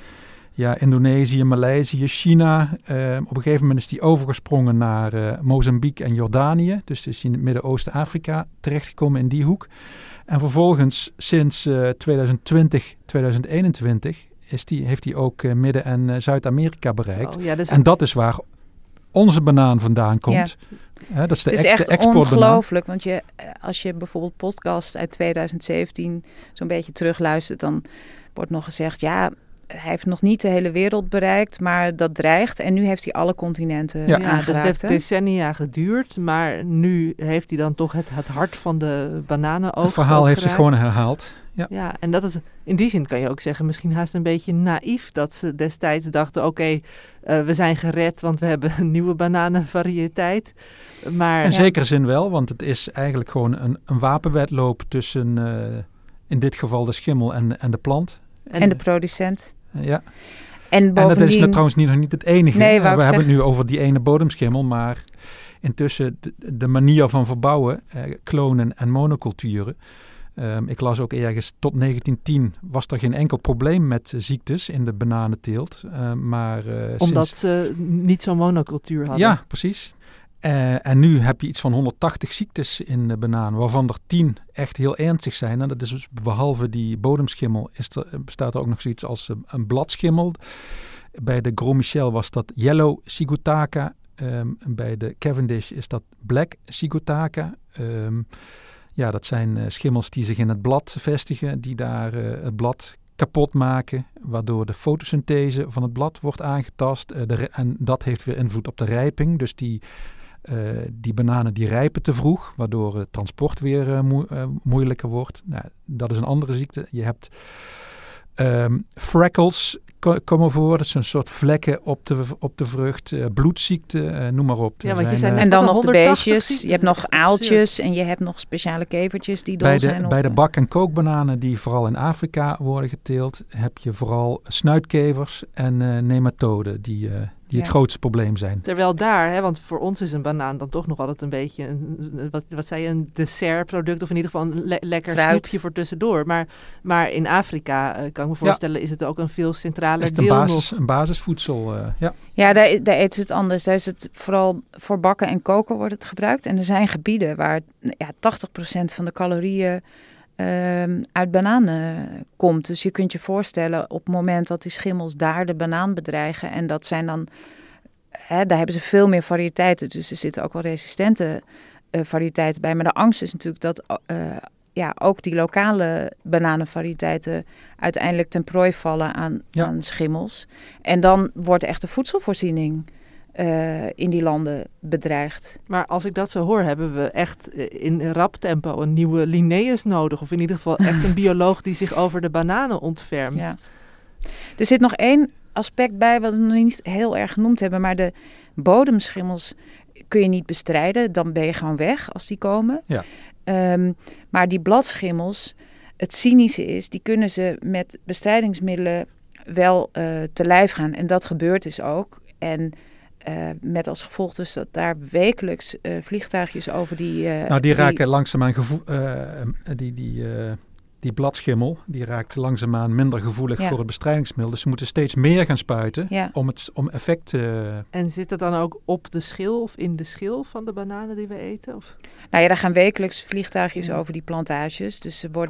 ja, Indonesië, Maleisië, China. Uh, op een gegeven moment is die overgesprongen naar uh, Mozambique en Jordanië. Dus is in het Midden-Oosten Afrika terechtgekomen in die hoek. En vervolgens sinds uh, twintig twintig, twintig eenentwintig is die, heeft hij ook uh, Midden- en uh, Zuid-Amerika bereikt. Oh, ja, dus en dat is waar onze banaan vandaan komt. Ja. Ja, dat is de het is echt echt ongelooflijk, want je, als je bijvoorbeeld podcast uit twintig zeventien zo'n beetje terugluistert, dan wordt nog gezegd, ja, hij heeft nog niet de hele wereld bereikt, maar dat dreigt. En nu heeft hij alle continenten ja. aangeraakt. Ja, dus het heeft decennia geduurd, maar nu heeft hij dan toch het, het hart van de bananenoogst. Het verhaal heeft zich gewoon herhaald. Ja. ja, en dat is, in die zin kan je ook zeggen, misschien haast een beetje naïef dat ze destijds dachten, oké, okay, uh, we zijn gered, want we hebben een nieuwe bananenvariëteit. Maar, in ja. zekere zin wel, want het is eigenlijk gewoon een, een wapenwedloop tussen, uh, in dit geval de schimmel en, en de plant. En, en de producent. Uh, ja. En, en dat is nou trouwens niet, nog niet het enige. Nee, uh, we hebben zeggen. het nu over die ene bodemschimmel, maar intussen de, de manier van verbouwen, uh, klonen en monoculturen. Um, ik las ook ergens, tot negentien tien was er geen enkel probleem met uh, ziektes in de bananenteelt. Uh, maar, uh, Omdat sinds... ze niet zo'n monocultuur hadden. Ja, precies. Uh, en nu heb je iets van honderdtachtig ziektes in de banaan, waarvan er tien echt heel ernstig zijn. En dat is dus behalve die bodemschimmel, is er, bestaat er ook nog zoiets als uh, een bladschimmel. Bij de Gros Michel was dat Yellow Sigutaka. Um, bij de Cavendish is dat Black Sigutaka. Um, ja, dat zijn uh, schimmels die zich in het blad vestigen, die daar uh, het blad kapot maken, waardoor de fotosynthese van het blad wordt aangetast. Uh, de, en dat heeft weer invloed op de rijping. Dus die, uh, die bananen die rijpen te vroeg, waardoor het transport weer uh, mo- uh, moeilijker wordt. Nou, dat is een andere ziekte. Je hebt um, freckles komen voor. Dat zijn een soort vlekken op de, op de vrucht. Uh, bloedziekte, uh, noem maar op. Ja, want je zijn, uh, en dan nog de beestjes. Je hebt nog aaltjes en je hebt nog speciale kevertjes die dol bij de, zijn. Op bij de bak- en kookbananen die vooral in Afrika worden geteeld, heb je vooral snuitkevers en uh, nematoden die, uh, die ja. het grootste probleem zijn. Terwijl daar, hè, want voor ons is een banaan dan toch nog altijd een beetje, een, wat, wat zei je, een dessertproduct of in ieder geval een le- lekker Fruit. snoepje voor tussendoor. Maar, maar in Afrika, uh, kan ik me voorstellen, ja. is het ook een veel centraler is het deel een, basis, nog. een basisvoedsel, uh, ja. Ja, daar, daar eten ze het anders. Daar is het vooral voor bakken en koken wordt het gebruikt. En er zijn gebieden waar ja, tachtig procent van de calorieën uh, uit bananen komt. Dus je kunt je voorstellen op het moment dat die schimmels daar de banaan bedreigen. En dat zijn dan, hè, daar hebben ze veel meer variëteiten. Dus er zitten ook wel resistente uh, variëteiten bij. Maar de angst is natuurlijk dat uh, ja, ook die lokale bananenvariëteiten uiteindelijk ten prooi vallen aan, ja. aan schimmels. En dan wordt echt de voedselvoorziening uh, in die landen bedreigd. Maar als ik dat zo hoor, hebben we echt in rap tempo een nieuwe Linnaeus nodig. Of in ieder geval echt een bioloog die zich over de bananen ontfermt. Ja. Er zit nog één aspect bij wat we nog niet heel erg genoemd hebben. Maar de bodemschimmels kun je niet bestrijden. Dan ben je gewoon weg als die komen. Ja. Um, maar die bladschimmels, het cynische is, die kunnen ze met bestrijdingsmiddelen wel uh, te lijf gaan. En dat gebeurt dus ook. En uh, met als gevolg dus dat daar wekelijks uh, vliegtuigjes over die... Uh, nou, die raken die, langzaamaan gevo- uh, die... die uh... Die bladschimmel, die raakt langzaamaan minder gevoelig ja. voor het bestrijdingsmiddel. Dus ze moeten steeds meer gaan spuiten ja. om, het, om effect te... Uh... En zit dat dan ook op de schil of in de schil van de bananen die we eten? Of? Nou ja, daar gaan wekelijks vliegtuigjes ja. over die plantages. Dus ze worden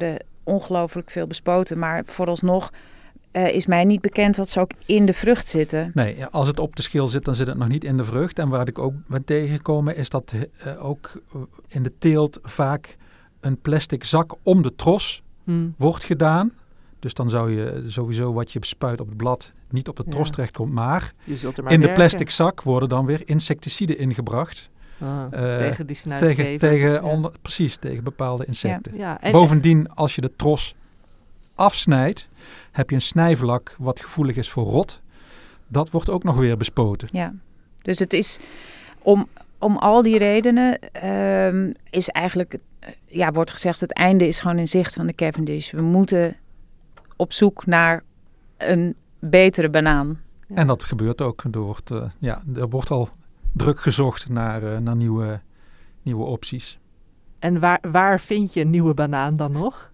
ongelooflijk veel bespoten. Maar vooralsnog uh, is mij niet bekend dat ze ook in de vrucht zitten. Nee, als het op de schil zit, dan zit het nog niet in de vrucht. En waar ik ook ben tegengekomen is dat uh, ook in de teelt vaak een plastic zak om de tros hmm. wordt gedaan. Dus dan zou je sowieso wat je bespuit op het blad niet op de tros ja. terechtkomt. Maar, je zult er maar in werken. De plastic zak worden dan weer insecticiden ingebracht. Ah, uh, tegen die snuitgevers. Tegen, tegen ja. onder, precies, tegen bepaalde insecten. Ja. Ja, en, Bovendien, als je de tros afsnijdt, heb je een snijvlak wat gevoelig is voor rot. Dat wordt ook nog weer bespoten. Ja, dus het is om, om al die redenen um, is eigenlijk, ja, wordt gezegd, het einde is gewoon in zicht van de Cavendish. We moeten op zoek naar een betere banaan. Ja. En dat gebeurt ook. Er wordt, uh, ja, er wordt al druk gezocht naar, uh, naar nieuwe, nieuwe opties. En waar, waar vind je een nieuwe banaan dan nog?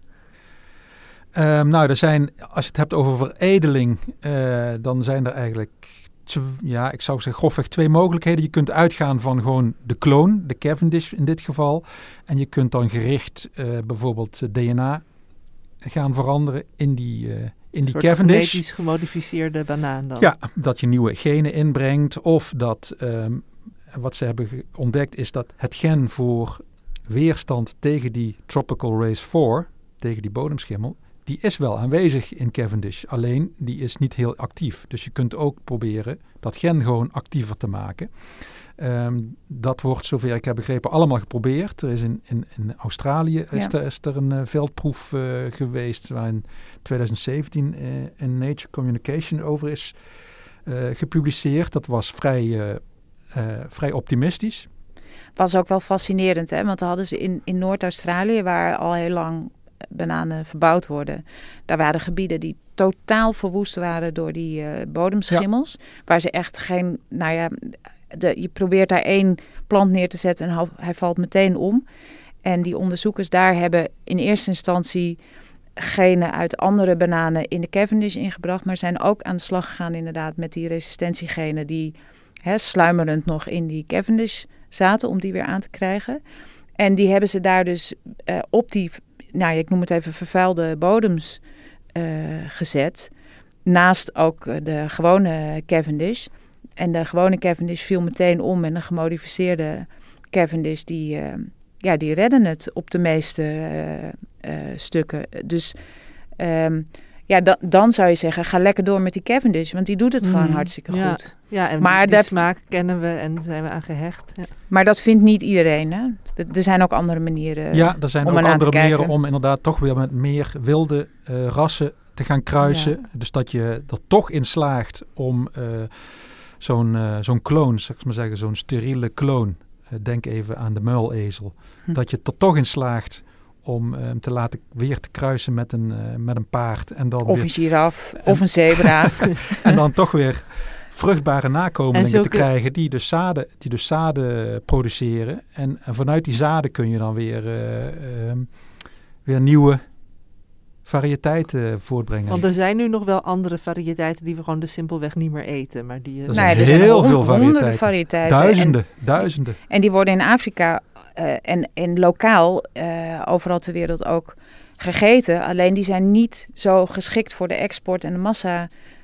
Um, nou, er zijn, als je het hebt over veredeling, uh, dan zijn er eigenlijk, tw- ja, ik zou zeggen grofweg twee mogelijkheden. Je kunt uitgaan van gewoon de kloon, de Cavendish in dit geval. En je kunt dan gericht uh, bijvoorbeeld D N A gaan veranderen in die, uh, in die Cavendish. Genetisch gemodificeerde banaan dan. Ja, dat je nieuwe genen inbrengt. Of dat, um, wat ze hebben ontdekt, is dat het gen voor weerstand tegen die Tropical Race vier, tegen die bodemschimmel, die is wel aanwezig in Cavendish. Alleen, die is niet heel actief. Dus je kunt ook proberen dat gen gewoon actiever te maken. Um, dat wordt, zover ik heb begrepen, allemaal geprobeerd. Er is in, in, in Australië ja. is, er, is er een uh, veldproef uh, geweest waar in twintig zeventien uh, in Nature Communication over is uh, gepubliceerd. Dat was vrij, uh, uh, vrij optimistisch. Was ook wel fascinerend, hè? Want dan hadden ze in, in Noord-Australië, waar al heel lang bananen verbouwd worden. Daar waren gebieden die totaal verwoest waren door die uh, bodemschimmels. Ja. Waar ze echt geen, nou ja, de, je probeert daar één plant neer te zetten en hij valt meteen om. En die onderzoekers daar hebben in eerste instantie genen uit andere bananen in de Cavendish ingebracht, maar zijn ook aan de slag gegaan inderdaad met die resistentiegenen die hè, sluimerend nog in die Cavendish zaten om die weer aan te krijgen. En die hebben ze daar dus uh, op die, nou ik noem het even vervuilde bodems uh, gezet. Naast ook uh, de gewone Cavendish. En de gewone Cavendish viel meteen om en de gemodificeerde Cavendish die, uh, ja, die redden het op de meeste uh, uh, stukken. Dus um, ja, da- dan zou je zeggen, ga lekker door met die Cavendish, want die doet het mm. gewoon hartstikke ja. goed. Ja, en maar die dat, smaak kennen we en zijn we aan gehecht. Ja. Maar dat vindt niet iedereen, hè? Er zijn ook andere manieren. Ja, er zijn om ook andere manieren om inderdaad toch weer met meer wilde uh, rassen te gaan kruisen. Ja. Dus dat je er toch in slaagt om uh, zo'n, uh, zo'n kloon, zeg ik maar zeggen, zo'n steriele kloon. Uh, denk even aan de muilezel. Hm. Dat je er toch in slaagt om hem um, te laten weer te kruisen met een, uh, met een paard. En dan of weer, een giraf, en, of een zebra. En dan toch weer vruchtbare nakomelingen zulke... te krijgen die dus zaden, die dus zaden produceren. En, en vanuit die zaden kun je dan weer, uh, uh, weer nieuwe variëteiten voortbrengen. Want er zijn nu nog wel andere variëteiten die we gewoon dus simpelweg niet meer eten. Maar die, uh... er zijn nee, er heel zijn veel variëteiten. variëteiten. Duizenden, en, duizenden. En die worden in Afrika uh, en, en lokaal uh, overal ter wereld ook gegeten. Alleen die zijn niet zo geschikt voor de export en de massa,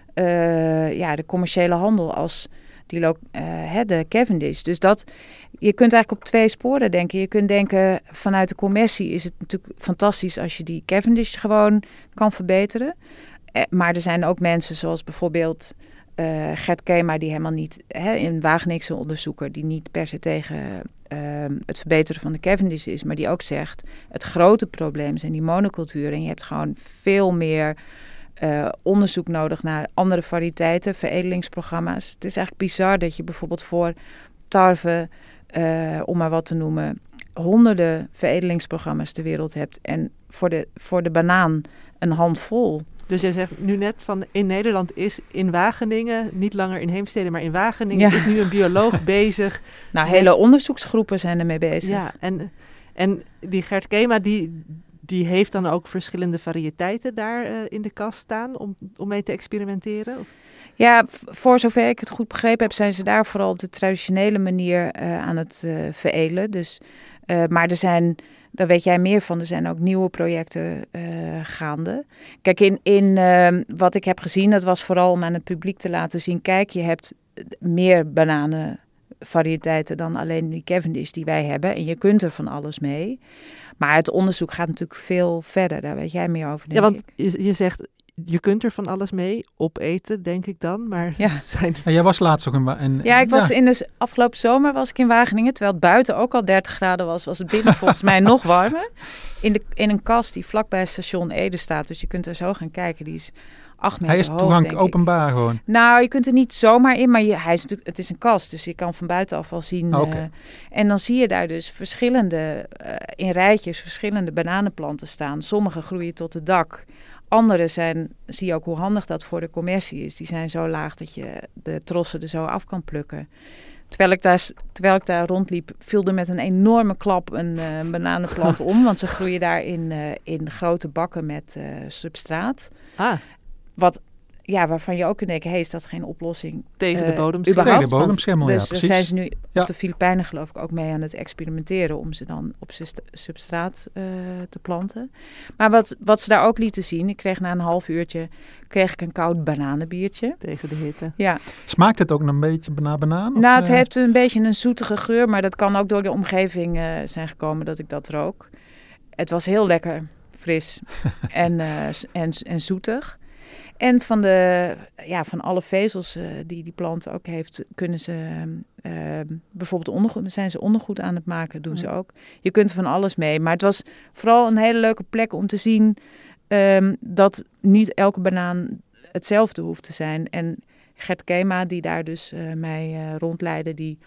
uh, ja, de commerciële handel als die lo- uh, hè, de Cavendish. Dus dat, je kunt eigenlijk op twee sporen denken. Je kunt denken, vanuit de commercie is het natuurlijk fantastisch als je die Cavendish gewoon kan verbeteren. Eh, maar er zijn ook mensen zoals bijvoorbeeld uh, Gert Kema, die helemaal niet, hè, een Wageningse onderzoeker, die niet per se tegen uh, het verbeteren van de Cavendish is, maar die ook zegt, het grote probleem zijn die monoculturen. En je hebt gewoon veel meer Uh, onderzoek nodig naar andere variëteiten, veredelingsprogramma's. Het is eigenlijk bizar dat je bijvoorbeeld voor tarwe, uh, om maar wat te noemen, honderden veredelingsprogramma's ter wereld hebt. En voor de, voor de banaan een handvol. Dus jij zegt nu net van in Nederland is in Wageningen, niet langer in Heemstede, maar in Wageningen ja. is nu een bioloog bezig. Nou, hele met... onderzoeksgroepen zijn ermee bezig. Ja, en, en die Gert Kema, die... Die heeft dan ook verschillende variëteiten daar uh, in de kast staan om, om mee te experimenteren? Of? Ja, v- voor zover ik het goed begrepen heb, zijn ze daar vooral op de traditionele manier uh, aan het uh, veredelen. Dus, uh, maar er zijn daar weet jij meer van. Er zijn ook nieuwe projecten uh, gaande. Kijk, in, in uh, wat ik heb gezien, dat was vooral om aan het publiek te laten zien. Kijk, je hebt meer bananenvariëteiten dan alleen die Cavendish die wij hebben. En je kunt er van alles mee. Maar het onderzoek gaat natuurlijk veel verder. Daar weet jij meer over, denk ja, want ik. Je, je zegt, je kunt er van alles mee opeten, denk ik dan. Maar ja. zijn... Ja, jij was laatst nog in... in ja, ik was ja. in de afgelopen zomer was ik in Wageningen. Terwijl het buiten ook al dertig graden was, was het binnen volgens mij nog warmer. In, de, in een kast die vlakbij station Ede staat. Dus je kunt er zo gaan kijken. Die is acht meter Hij is hoog, toegankelijk openbaar gewoon. Nou, je kunt er niet zomaar in, maar je, hij is natuurlijk, het is een kast. Dus je kan van buitenaf wel zien. Okay. Uh, en dan zie je daar dus verschillende, uh, in rijtjes, verschillende bananenplanten staan. Sommige groeien tot het dak. Andere zijn, zie je ook hoe handig dat voor de commercie is. Die zijn zo laag dat je de trossen er zo af kan plukken. Terwijl ik daar, terwijl ik daar rondliep, viel er met een enorme klap een uh, bananenplant om. Want ze groeien daar in, uh, in grote bakken met uh, substraat. Ah. Wat, ja, waarvan je ook kunt denken, hey, is dat geen oplossing? Tegen de uh, bodemschimmel. Tegen de bodemschimmel, dus ja, daar precies. zijn ze nu ja. op de Filipijnen geloof ik ook mee aan het experimenteren om ze dan op substraat uh, te planten. Maar wat, wat ze daar ook lieten zien, ik kreeg na een half uurtje kreeg ik een koud bananenbiertje. Tegen de hitte. Ja. Smaakt het ook een beetje naar banaan? Of, nou, het uh... heeft een beetje een zoetige geur, maar dat kan ook door de omgeving uh, zijn gekomen dat ik dat rook. Het was heel lekker, fris en, uh, en, en zoetig. En van, de, ja, van alle vezels uh, die die plant ook heeft, kunnen ze uh, bijvoorbeeld ondergoed, zijn ze ondergoed aan het maken, doen ja. ze ook. Je kunt er van alles mee. Maar het was vooral een hele leuke plek om te zien um, dat niet elke banaan hetzelfde hoeft te zijn. En Gert Kema, die daar dus uh, mij uh, rondleidde, die,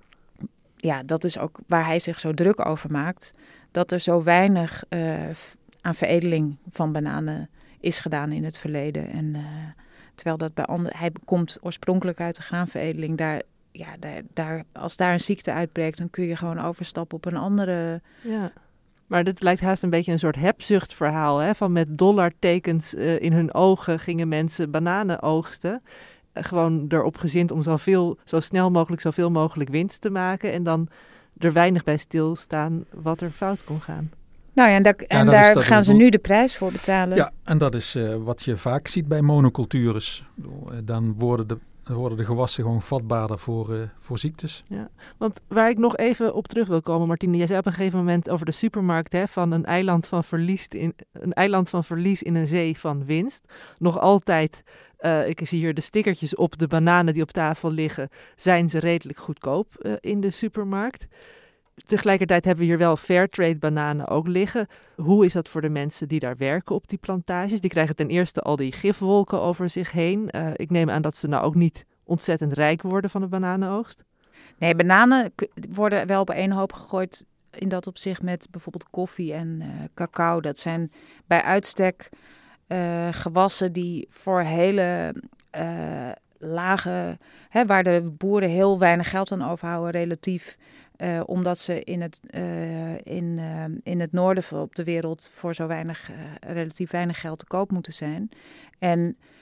ja, dat is ook waar hij zich zo druk over maakt. Dat er zo weinig uh, aan veredeling van bananen is gedaan in het verleden. En uh, terwijl dat bij anderen, hij komt oorspronkelijk uit de graanveredeling. Daar, ja, daar, daar, als daar een ziekte uitbreekt, dan kun je gewoon overstappen op een andere. Ja. Maar dit lijkt haast een beetje een soort hebzuchtverhaal. Hè? Van met dollartekens uh, in hun ogen gingen mensen bananen oogsten. Uh, gewoon erop gezind om zoveel, zo snel mogelijk zoveel mogelijk winst te maken. En dan er weinig bij stilstaan wat er fout kon gaan. Nou ja, en daar, en ja, daar is, gaan is, ze nu de prijs voor betalen. Ja, en dat is uh, wat je vaak ziet bij monocultures. Dan worden de, worden de gewassen gewoon vatbaarder voor, uh, voor ziektes. Ja, want waar ik nog even op terug wil komen, Martine, jij zei op een gegeven moment over de supermarkt, hè, van een eiland van verlies in een eiland van verlies in een zee van winst. Nog altijd, uh, ik zie hier de stickertjes op de bananen die op tafel liggen, zijn ze redelijk goedkoop uh, in de supermarkt. Tegelijkertijd hebben we hier wel Fairtrade bananen ook liggen. Hoe is dat voor de mensen die daar werken op die plantages? Die krijgen ten eerste al die gifwolken over zich heen. Uh, ik neem aan dat ze nou ook niet ontzettend rijk worden van de bananenoogst. Nee, bananen worden wel op één hoop gegooid in dat opzicht met bijvoorbeeld koffie en uh, cacao. Dat zijn bij uitstek uh, gewassen die voor hele uh, lage, hè, waar de boeren heel weinig geld aan overhouden relatief. Uh, omdat ze in het, uh, in, uh, in het noorden van op de wereld voor zo weinig, uh, relatief weinig geld te koop moeten zijn. En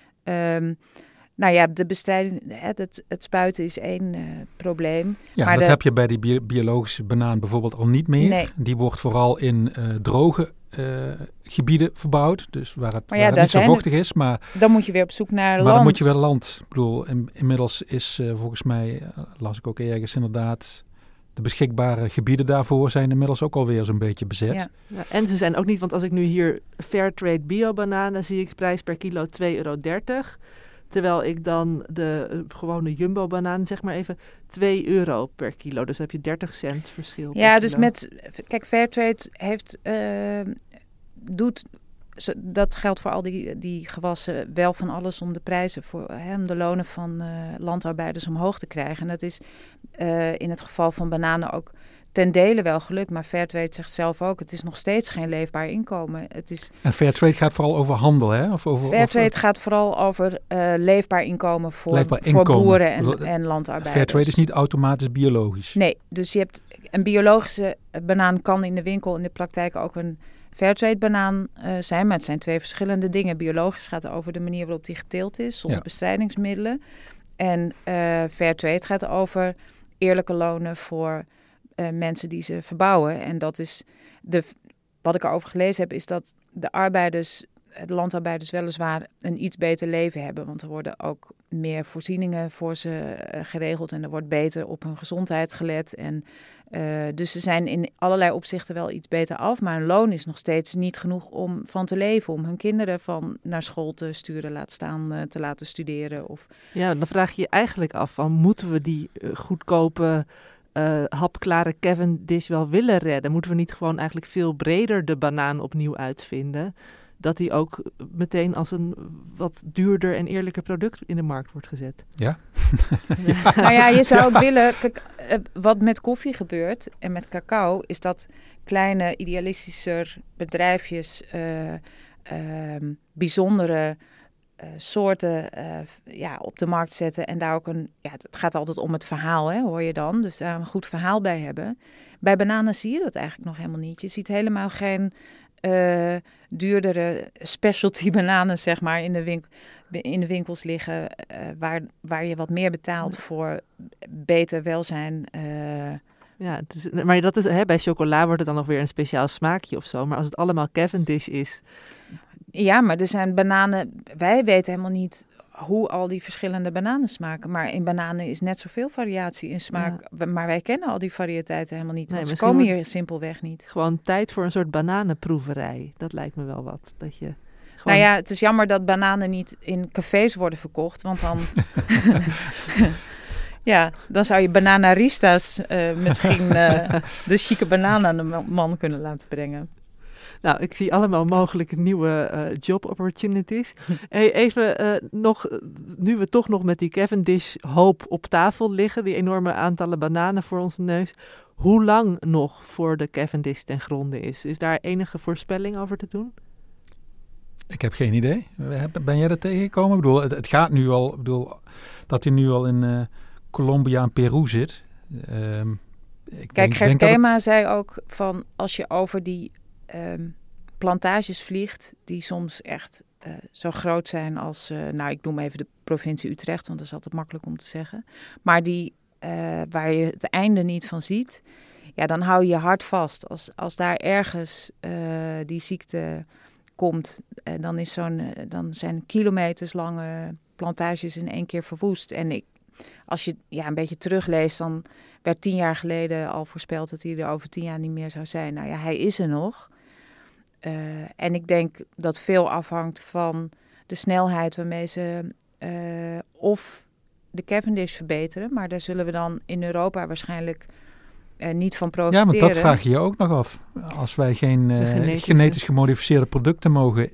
um, nou ja, de bestrijding, het, het spuiten is één uh, probleem. Ja, maar dat de... heb je bij die bi- biologische banaan bijvoorbeeld al niet meer. Nee. Die wordt vooral in uh, droge uh, gebieden verbouwd, dus waar het, ja, waar het niet zo vochtig er, is. Maar dan moet je weer op zoek naar maar land. dan moet je weer land. Ik bedoel, in, inmiddels is uh, volgens mij, uh, las ik ook ergens inderdaad, de beschikbare gebieden daarvoor zijn inmiddels ook alweer zo'n beetje bezet. Ja. Ja, en ze zijn ook niet, want als ik nu hier Fairtrade bio-bananen zie ik prijs per kilo twee euro dertig. Terwijl ik dan de uh, gewone jumbo-banaan, zeg maar even, twee euro per kilo. Dus dan heb je dertig cent verschil. Ja, dus met, kijk, Fairtrade heeft, uh, doet, dat geldt voor al die, die gewassen, wel van alles om de prijzen, voor, hè, om de lonen van uh, landarbeiders omhoog te krijgen. En dat is uh, in het geval van bananen ook ten dele wel gelukt, maar Fairtrade zegt zelf ook, het is nog steeds geen leefbaar inkomen. Het is, en Fairtrade gaat vooral over handel, hè? Of over, Fairtrade of, gaat vooral over uh, leefbaar inkomen voor, leefbaar voor inkomen. boeren en, en landarbeiders. Fairtrade is niet automatisch biologisch. Nee, dus je hebt een biologische banaan kan in de winkel in de praktijk ook een Fairtrade banaan uh, zijn, maar het zijn twee verschillende dingen. Biologisch gaat over de manier waarop die geteeld is, zonder ja. bestrijdingsmiddelen. En uh, Fairtrade gaat over eerlijke lonen voor uh, mensen die ze verbouwen. En dat is de, wat ik erover gelezen heb, is dat de arbeiders, de landarbeiders weliswaar een iets beter leven hebben. Want er worden ook meer voorzieningen voor ze uh, geregeld en er wordt beter op hun gezondheid gelet. En uh, dus ze zijn in allerlei opzichten wel iets beter af. Maar hun loon is nog steeds niet genoeg om van te leven. Om hun kinderen van naar school te sturen, laat staan uh, te laten studeren. Of... Ja, dan vraag je je eigenlijk af van moeten we die uh, goedkope, uh, hapklare Cavendish wel willen redden? Moeten we niet gewoon eigenlijk veel breder de banaan opnieuw uitvinden? Dat die ook meteen als een wat duurder en eerlijker product in de markt wordt gezet. Ja. ja. Nou ja, je zou ook willen... Kijk, wat met koffie gebeurt en met cacao... is dat kleine, idealistischer bedrijfjes... Uh, uh, bijzondere uh, soorten uh, ja, op de markt zetten. En daar ook een... Ja, het gaat altijd om het verhaal, hè, hoor je dan. Dus daar een goed verhaal bij hebben. Bij bananen zie je dat eigenlijk nog helemaal niet. Je ziet helemaal geen... Uh, duurdere specialty bananen, zeg maar, in de, winkel, in de winkels liggen, uh, waar, waar je wat meer betaalt voor beter welzijn. Uh. Ja, het is, maar dat is, hè, bij chocola wordt het dan nog weer een speciaal smaakje of zo. Maar als het allemaal Cavendish is... Ja, maar er zijn bananen... Wij weten helemaal niet hoe al die verschillende bananen smaken. Maar in bananen is net zoveel variatie in smaak. Ja. Maar wij kennen al die variëteiten helemaal niet. Nee, want ze komen hier simpelweg niet. Gewoon tijd voor een soort bananenproeverij. Dat lijkt me wel wat. Dat je gewoon... Nou ja, het is jammer dat bananen niet in cafés worden verkocht. Want dan... ja, dan zou je bananarista's uh, misschien uh, de chique banaan aan de man kunnen laten brengen. Nou, ik zie allemaal mogelijke nieuwe uh, job opportunities. Hey, even uh, nog, nu we toch nog met die Cavendish hoop op tafel liggen, die enorme aantallen bananen voor onze neus. Hoe lang nog voor de Cavendish ten gronde is? Is daar enige voorspelling over te doen? Ik heb geen idee. Ben jij er tegengekomen? Ik bedoel, het, het gaat nu al, ik bedoel, dat hij nu al in uh, Colombia en Peru zit. Um, ik Kijk, denk, Gert denk Kema het... zei ook van als je over die um, plantages vliegt, die soms echt uh, zo groot zijn als, uh, nou ik noem even de provincie Utrecht, want dat is altijd makkelijk om te zeggen. Maar die uh, waar je het einde niet van ziet, ja, dan hou je je hart vast. Als, als daar ergens uh, die ziekte komt, uh, dan, is zo'n, uh, dan zijn kilometers lange plantages in één keer verwoest. En ik, als je ja, een beetje terugleest, dan werd tien jaar geleden al voorspeld dat hij er over tien jaar niet meer zou zijn. Nou ja, hij is er nog. Uh, en ik denk dat veel afhangt van de snelheid waarmee ze uh, of de Cavendish verbeteren. Maar daar zullen we dan in Europa waarschijnlijk uh, niet van profiteren. Ja, maar dat vraag je je ook nog af. Als wij geen uh, genetische... genetisch gemodificeerde producten mogen...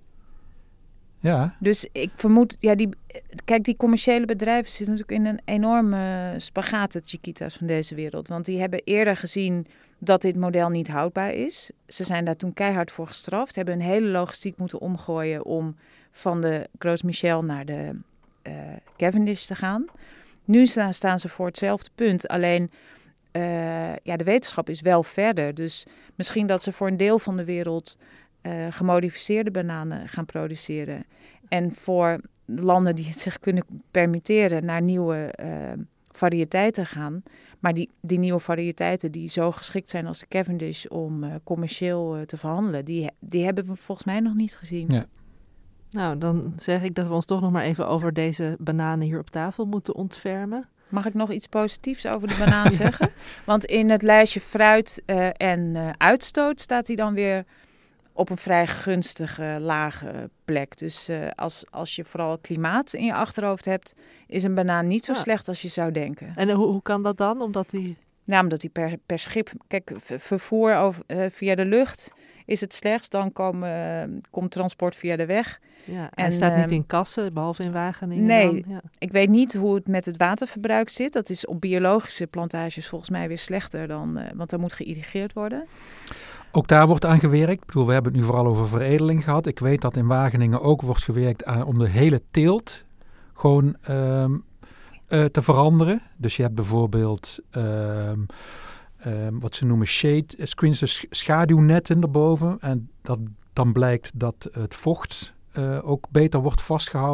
Ja. Dus ik vermoed, ja, die, kijk, die commerciële bedrijven zitten natuurlijk in een enorme spagaat, de Chiquitas van deze wereld. Want die hebben eerder gezien dat dit model niet houdbaar is. Ze zijn daar toen keihard voor gestraft, hebben een hele logistiek moeten omgooien om van de Gros Michel naar de uh, Cavendish te gaan. Nu staan, staan ze voor hetzelfde punt, alleen uh, ja, de wetenschap is wel verder. Dus misschien dat ze voor een deel van de wereld Uh, gemodificeerde bananen gaan produceren. En voor landen die het zich kunnen permitteren naar nieuwe uh, variëteiten gaan. Maar die, die nieuwe variëteiten die zo geschikt zijn als de Cavendish om uh, commercieel uh, te verhandelen, die, die hebben we volgens mij nog niet gezien. Ja. Nou, dan zeg ik dat we ons toch nog maar even over deze bananen hier op tafel moeten ontfermen. Mag ik nog iets positiefs over de banaan zeggen? Want in het lijstje fruit uh, en uh, uitstoot staat hij dan weer op een vrij gunstige, lage plek. Dus uh, als, als je vooral klimaat in je achterhoofd hebt, is een banaan niet zo ja. slecht als je zou denken. En uh, hoe, hoe kan dat dan? Omdat die... Nou, omdat die per, per schip... Kijk, vervoer over, uh, via de lucht is het slechtst. Dan komen, uh, komt transport via de weg. Ja, en hij staat uh, niet in kassen, behalve in Wageningen. Nee, dan, ja. Ik weet niet hoe het met het waterverbruik zit. Dat is op biologische plantages volgens mij weer slechter dan... Uh, want er moet geïrrigeerd worden. Ook daar wordt aan gewerkt. Ik bedoel, we hebben het nu vooral over veredeling gehad. Ik weet dat in Wageningen ook wordt gewerkt aan, om de hele teelt gewoon um, uh, te veranderen. Dus je hebt bijvoorbeeld um, um, wat ze noemen shade screens, dus schaduwnetten erboven. En dat, dan blijkt dat het vocht uh, ook beter wordt vastgehouden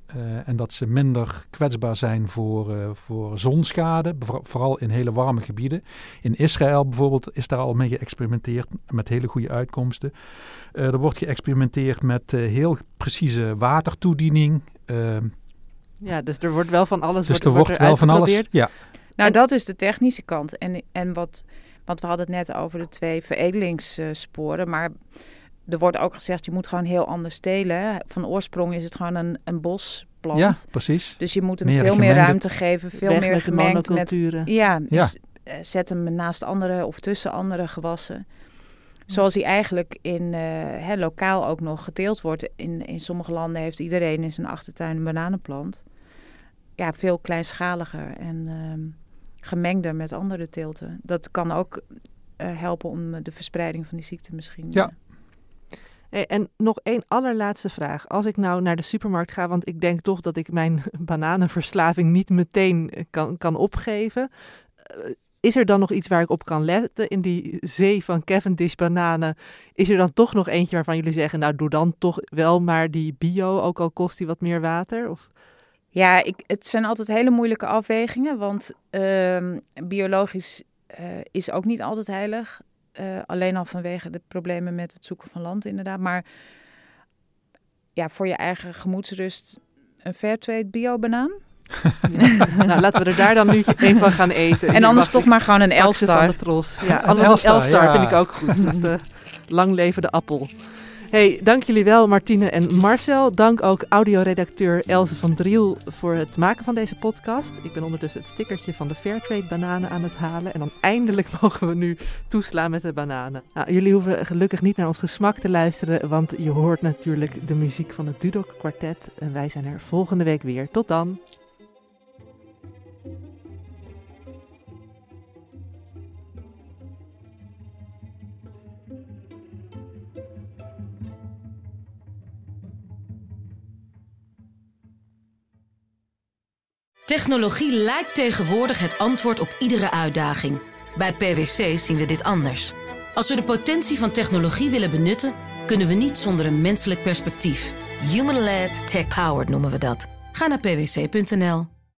Uh, en dat ze minder kwetsbaar zijn voor, uh, voor zonschade, vooral in hele warme gebieden. In Israël bijvoorbeeld is daar al mee geëxperimenteerd met hele goede uitkomsten. Uh, er wordt geëxperimenteerd met uh, heel precieze watertoediening. Uh, ja, dus er wordt wel van alles dus wordt, er wordt, wordt er wel van alles. Ja. Nou, en, dat is de technische kant. En, en wat, want we hadden het net over de twee veredelingssporen, maar er wordt ook gezegd, je moet gewoon heel anders telen. Van oorsprong is het gewoon een, een bosplant. Ja, precies. Dus je moet hem meer veel gemengd. meer ruimte geven, veel Weg meer met gemengd de met. Ja, Ja, dus ja. Uh, zet hem naast andere of tussen andere gewassen. Zoals hij eigenlijk in uh, hè, lokaal ook nog geteeld wordt. In, in sommige landen heeft iedereen in zijn achtertuin een bananenplant. Ja, veel kleinschaliger en uh, gemengder met andere teelten. Dat kan ook uh, helpen om de verspreiding van die ziekte misschien. Ja. Uh, Hey, en nog één allerlaatste vraag. Als ik nou naar de supermarkt ga, want ik denk toch dat ik mijn bananenverslaving niet meteen kan, kan opgeven. Uh, is er dan nog iets waar ik op kan letten in die zee van Cavendish bananen? Is er dan toch nog eentje waarvan jullie zeggen, nou doe dan toch wel maar die bio, ook al kost die wat meer water? Of? Ja, ik, het zijn altijd hele moeilijke afwegingen, want uh, biologisch uh, is ook niet altijd heilig. Uh, alleen al vanwege de problemen met het zoeken van land inderdaad. Maar ja, voor je eigen gemoedsrust een Fairtrade bio-banaan. Ja. Nou, laten we er daar dan nu een van gaan eten. En anders toch maar gewoon een Elstar. Van de tros. Ja, een anders Elstar, een Elstar ja. vind ik ook goed. De lang levende appel. Hey, dank jullie wel Martine en Marcel. Dank ook audioredacteur Else van Driel voor het maken van deze podcast. Ik ben ondertussen het stickertje van de Fairtrade bananen aan het halen. En dan eindelijk mogen we nu toeslaan met de bananen. Nou, jullie hoeven gelukkig niet naar ons gesmak te luisteren, want je hoort natuurlijk de muziek van het Dudok Kwartet. En wij zijn er volgende week weer. Tot dan! Technologie lijkt tegenwoordig het antwoord op iedere uitdaging. Bij P W C zien we dit anders. Als we de potentie van technologie willen benutten, kunnen we niet zonder een menselijk perspectief. Human-led, tech-powered noemen we dat. Ga naar p w c punt n l.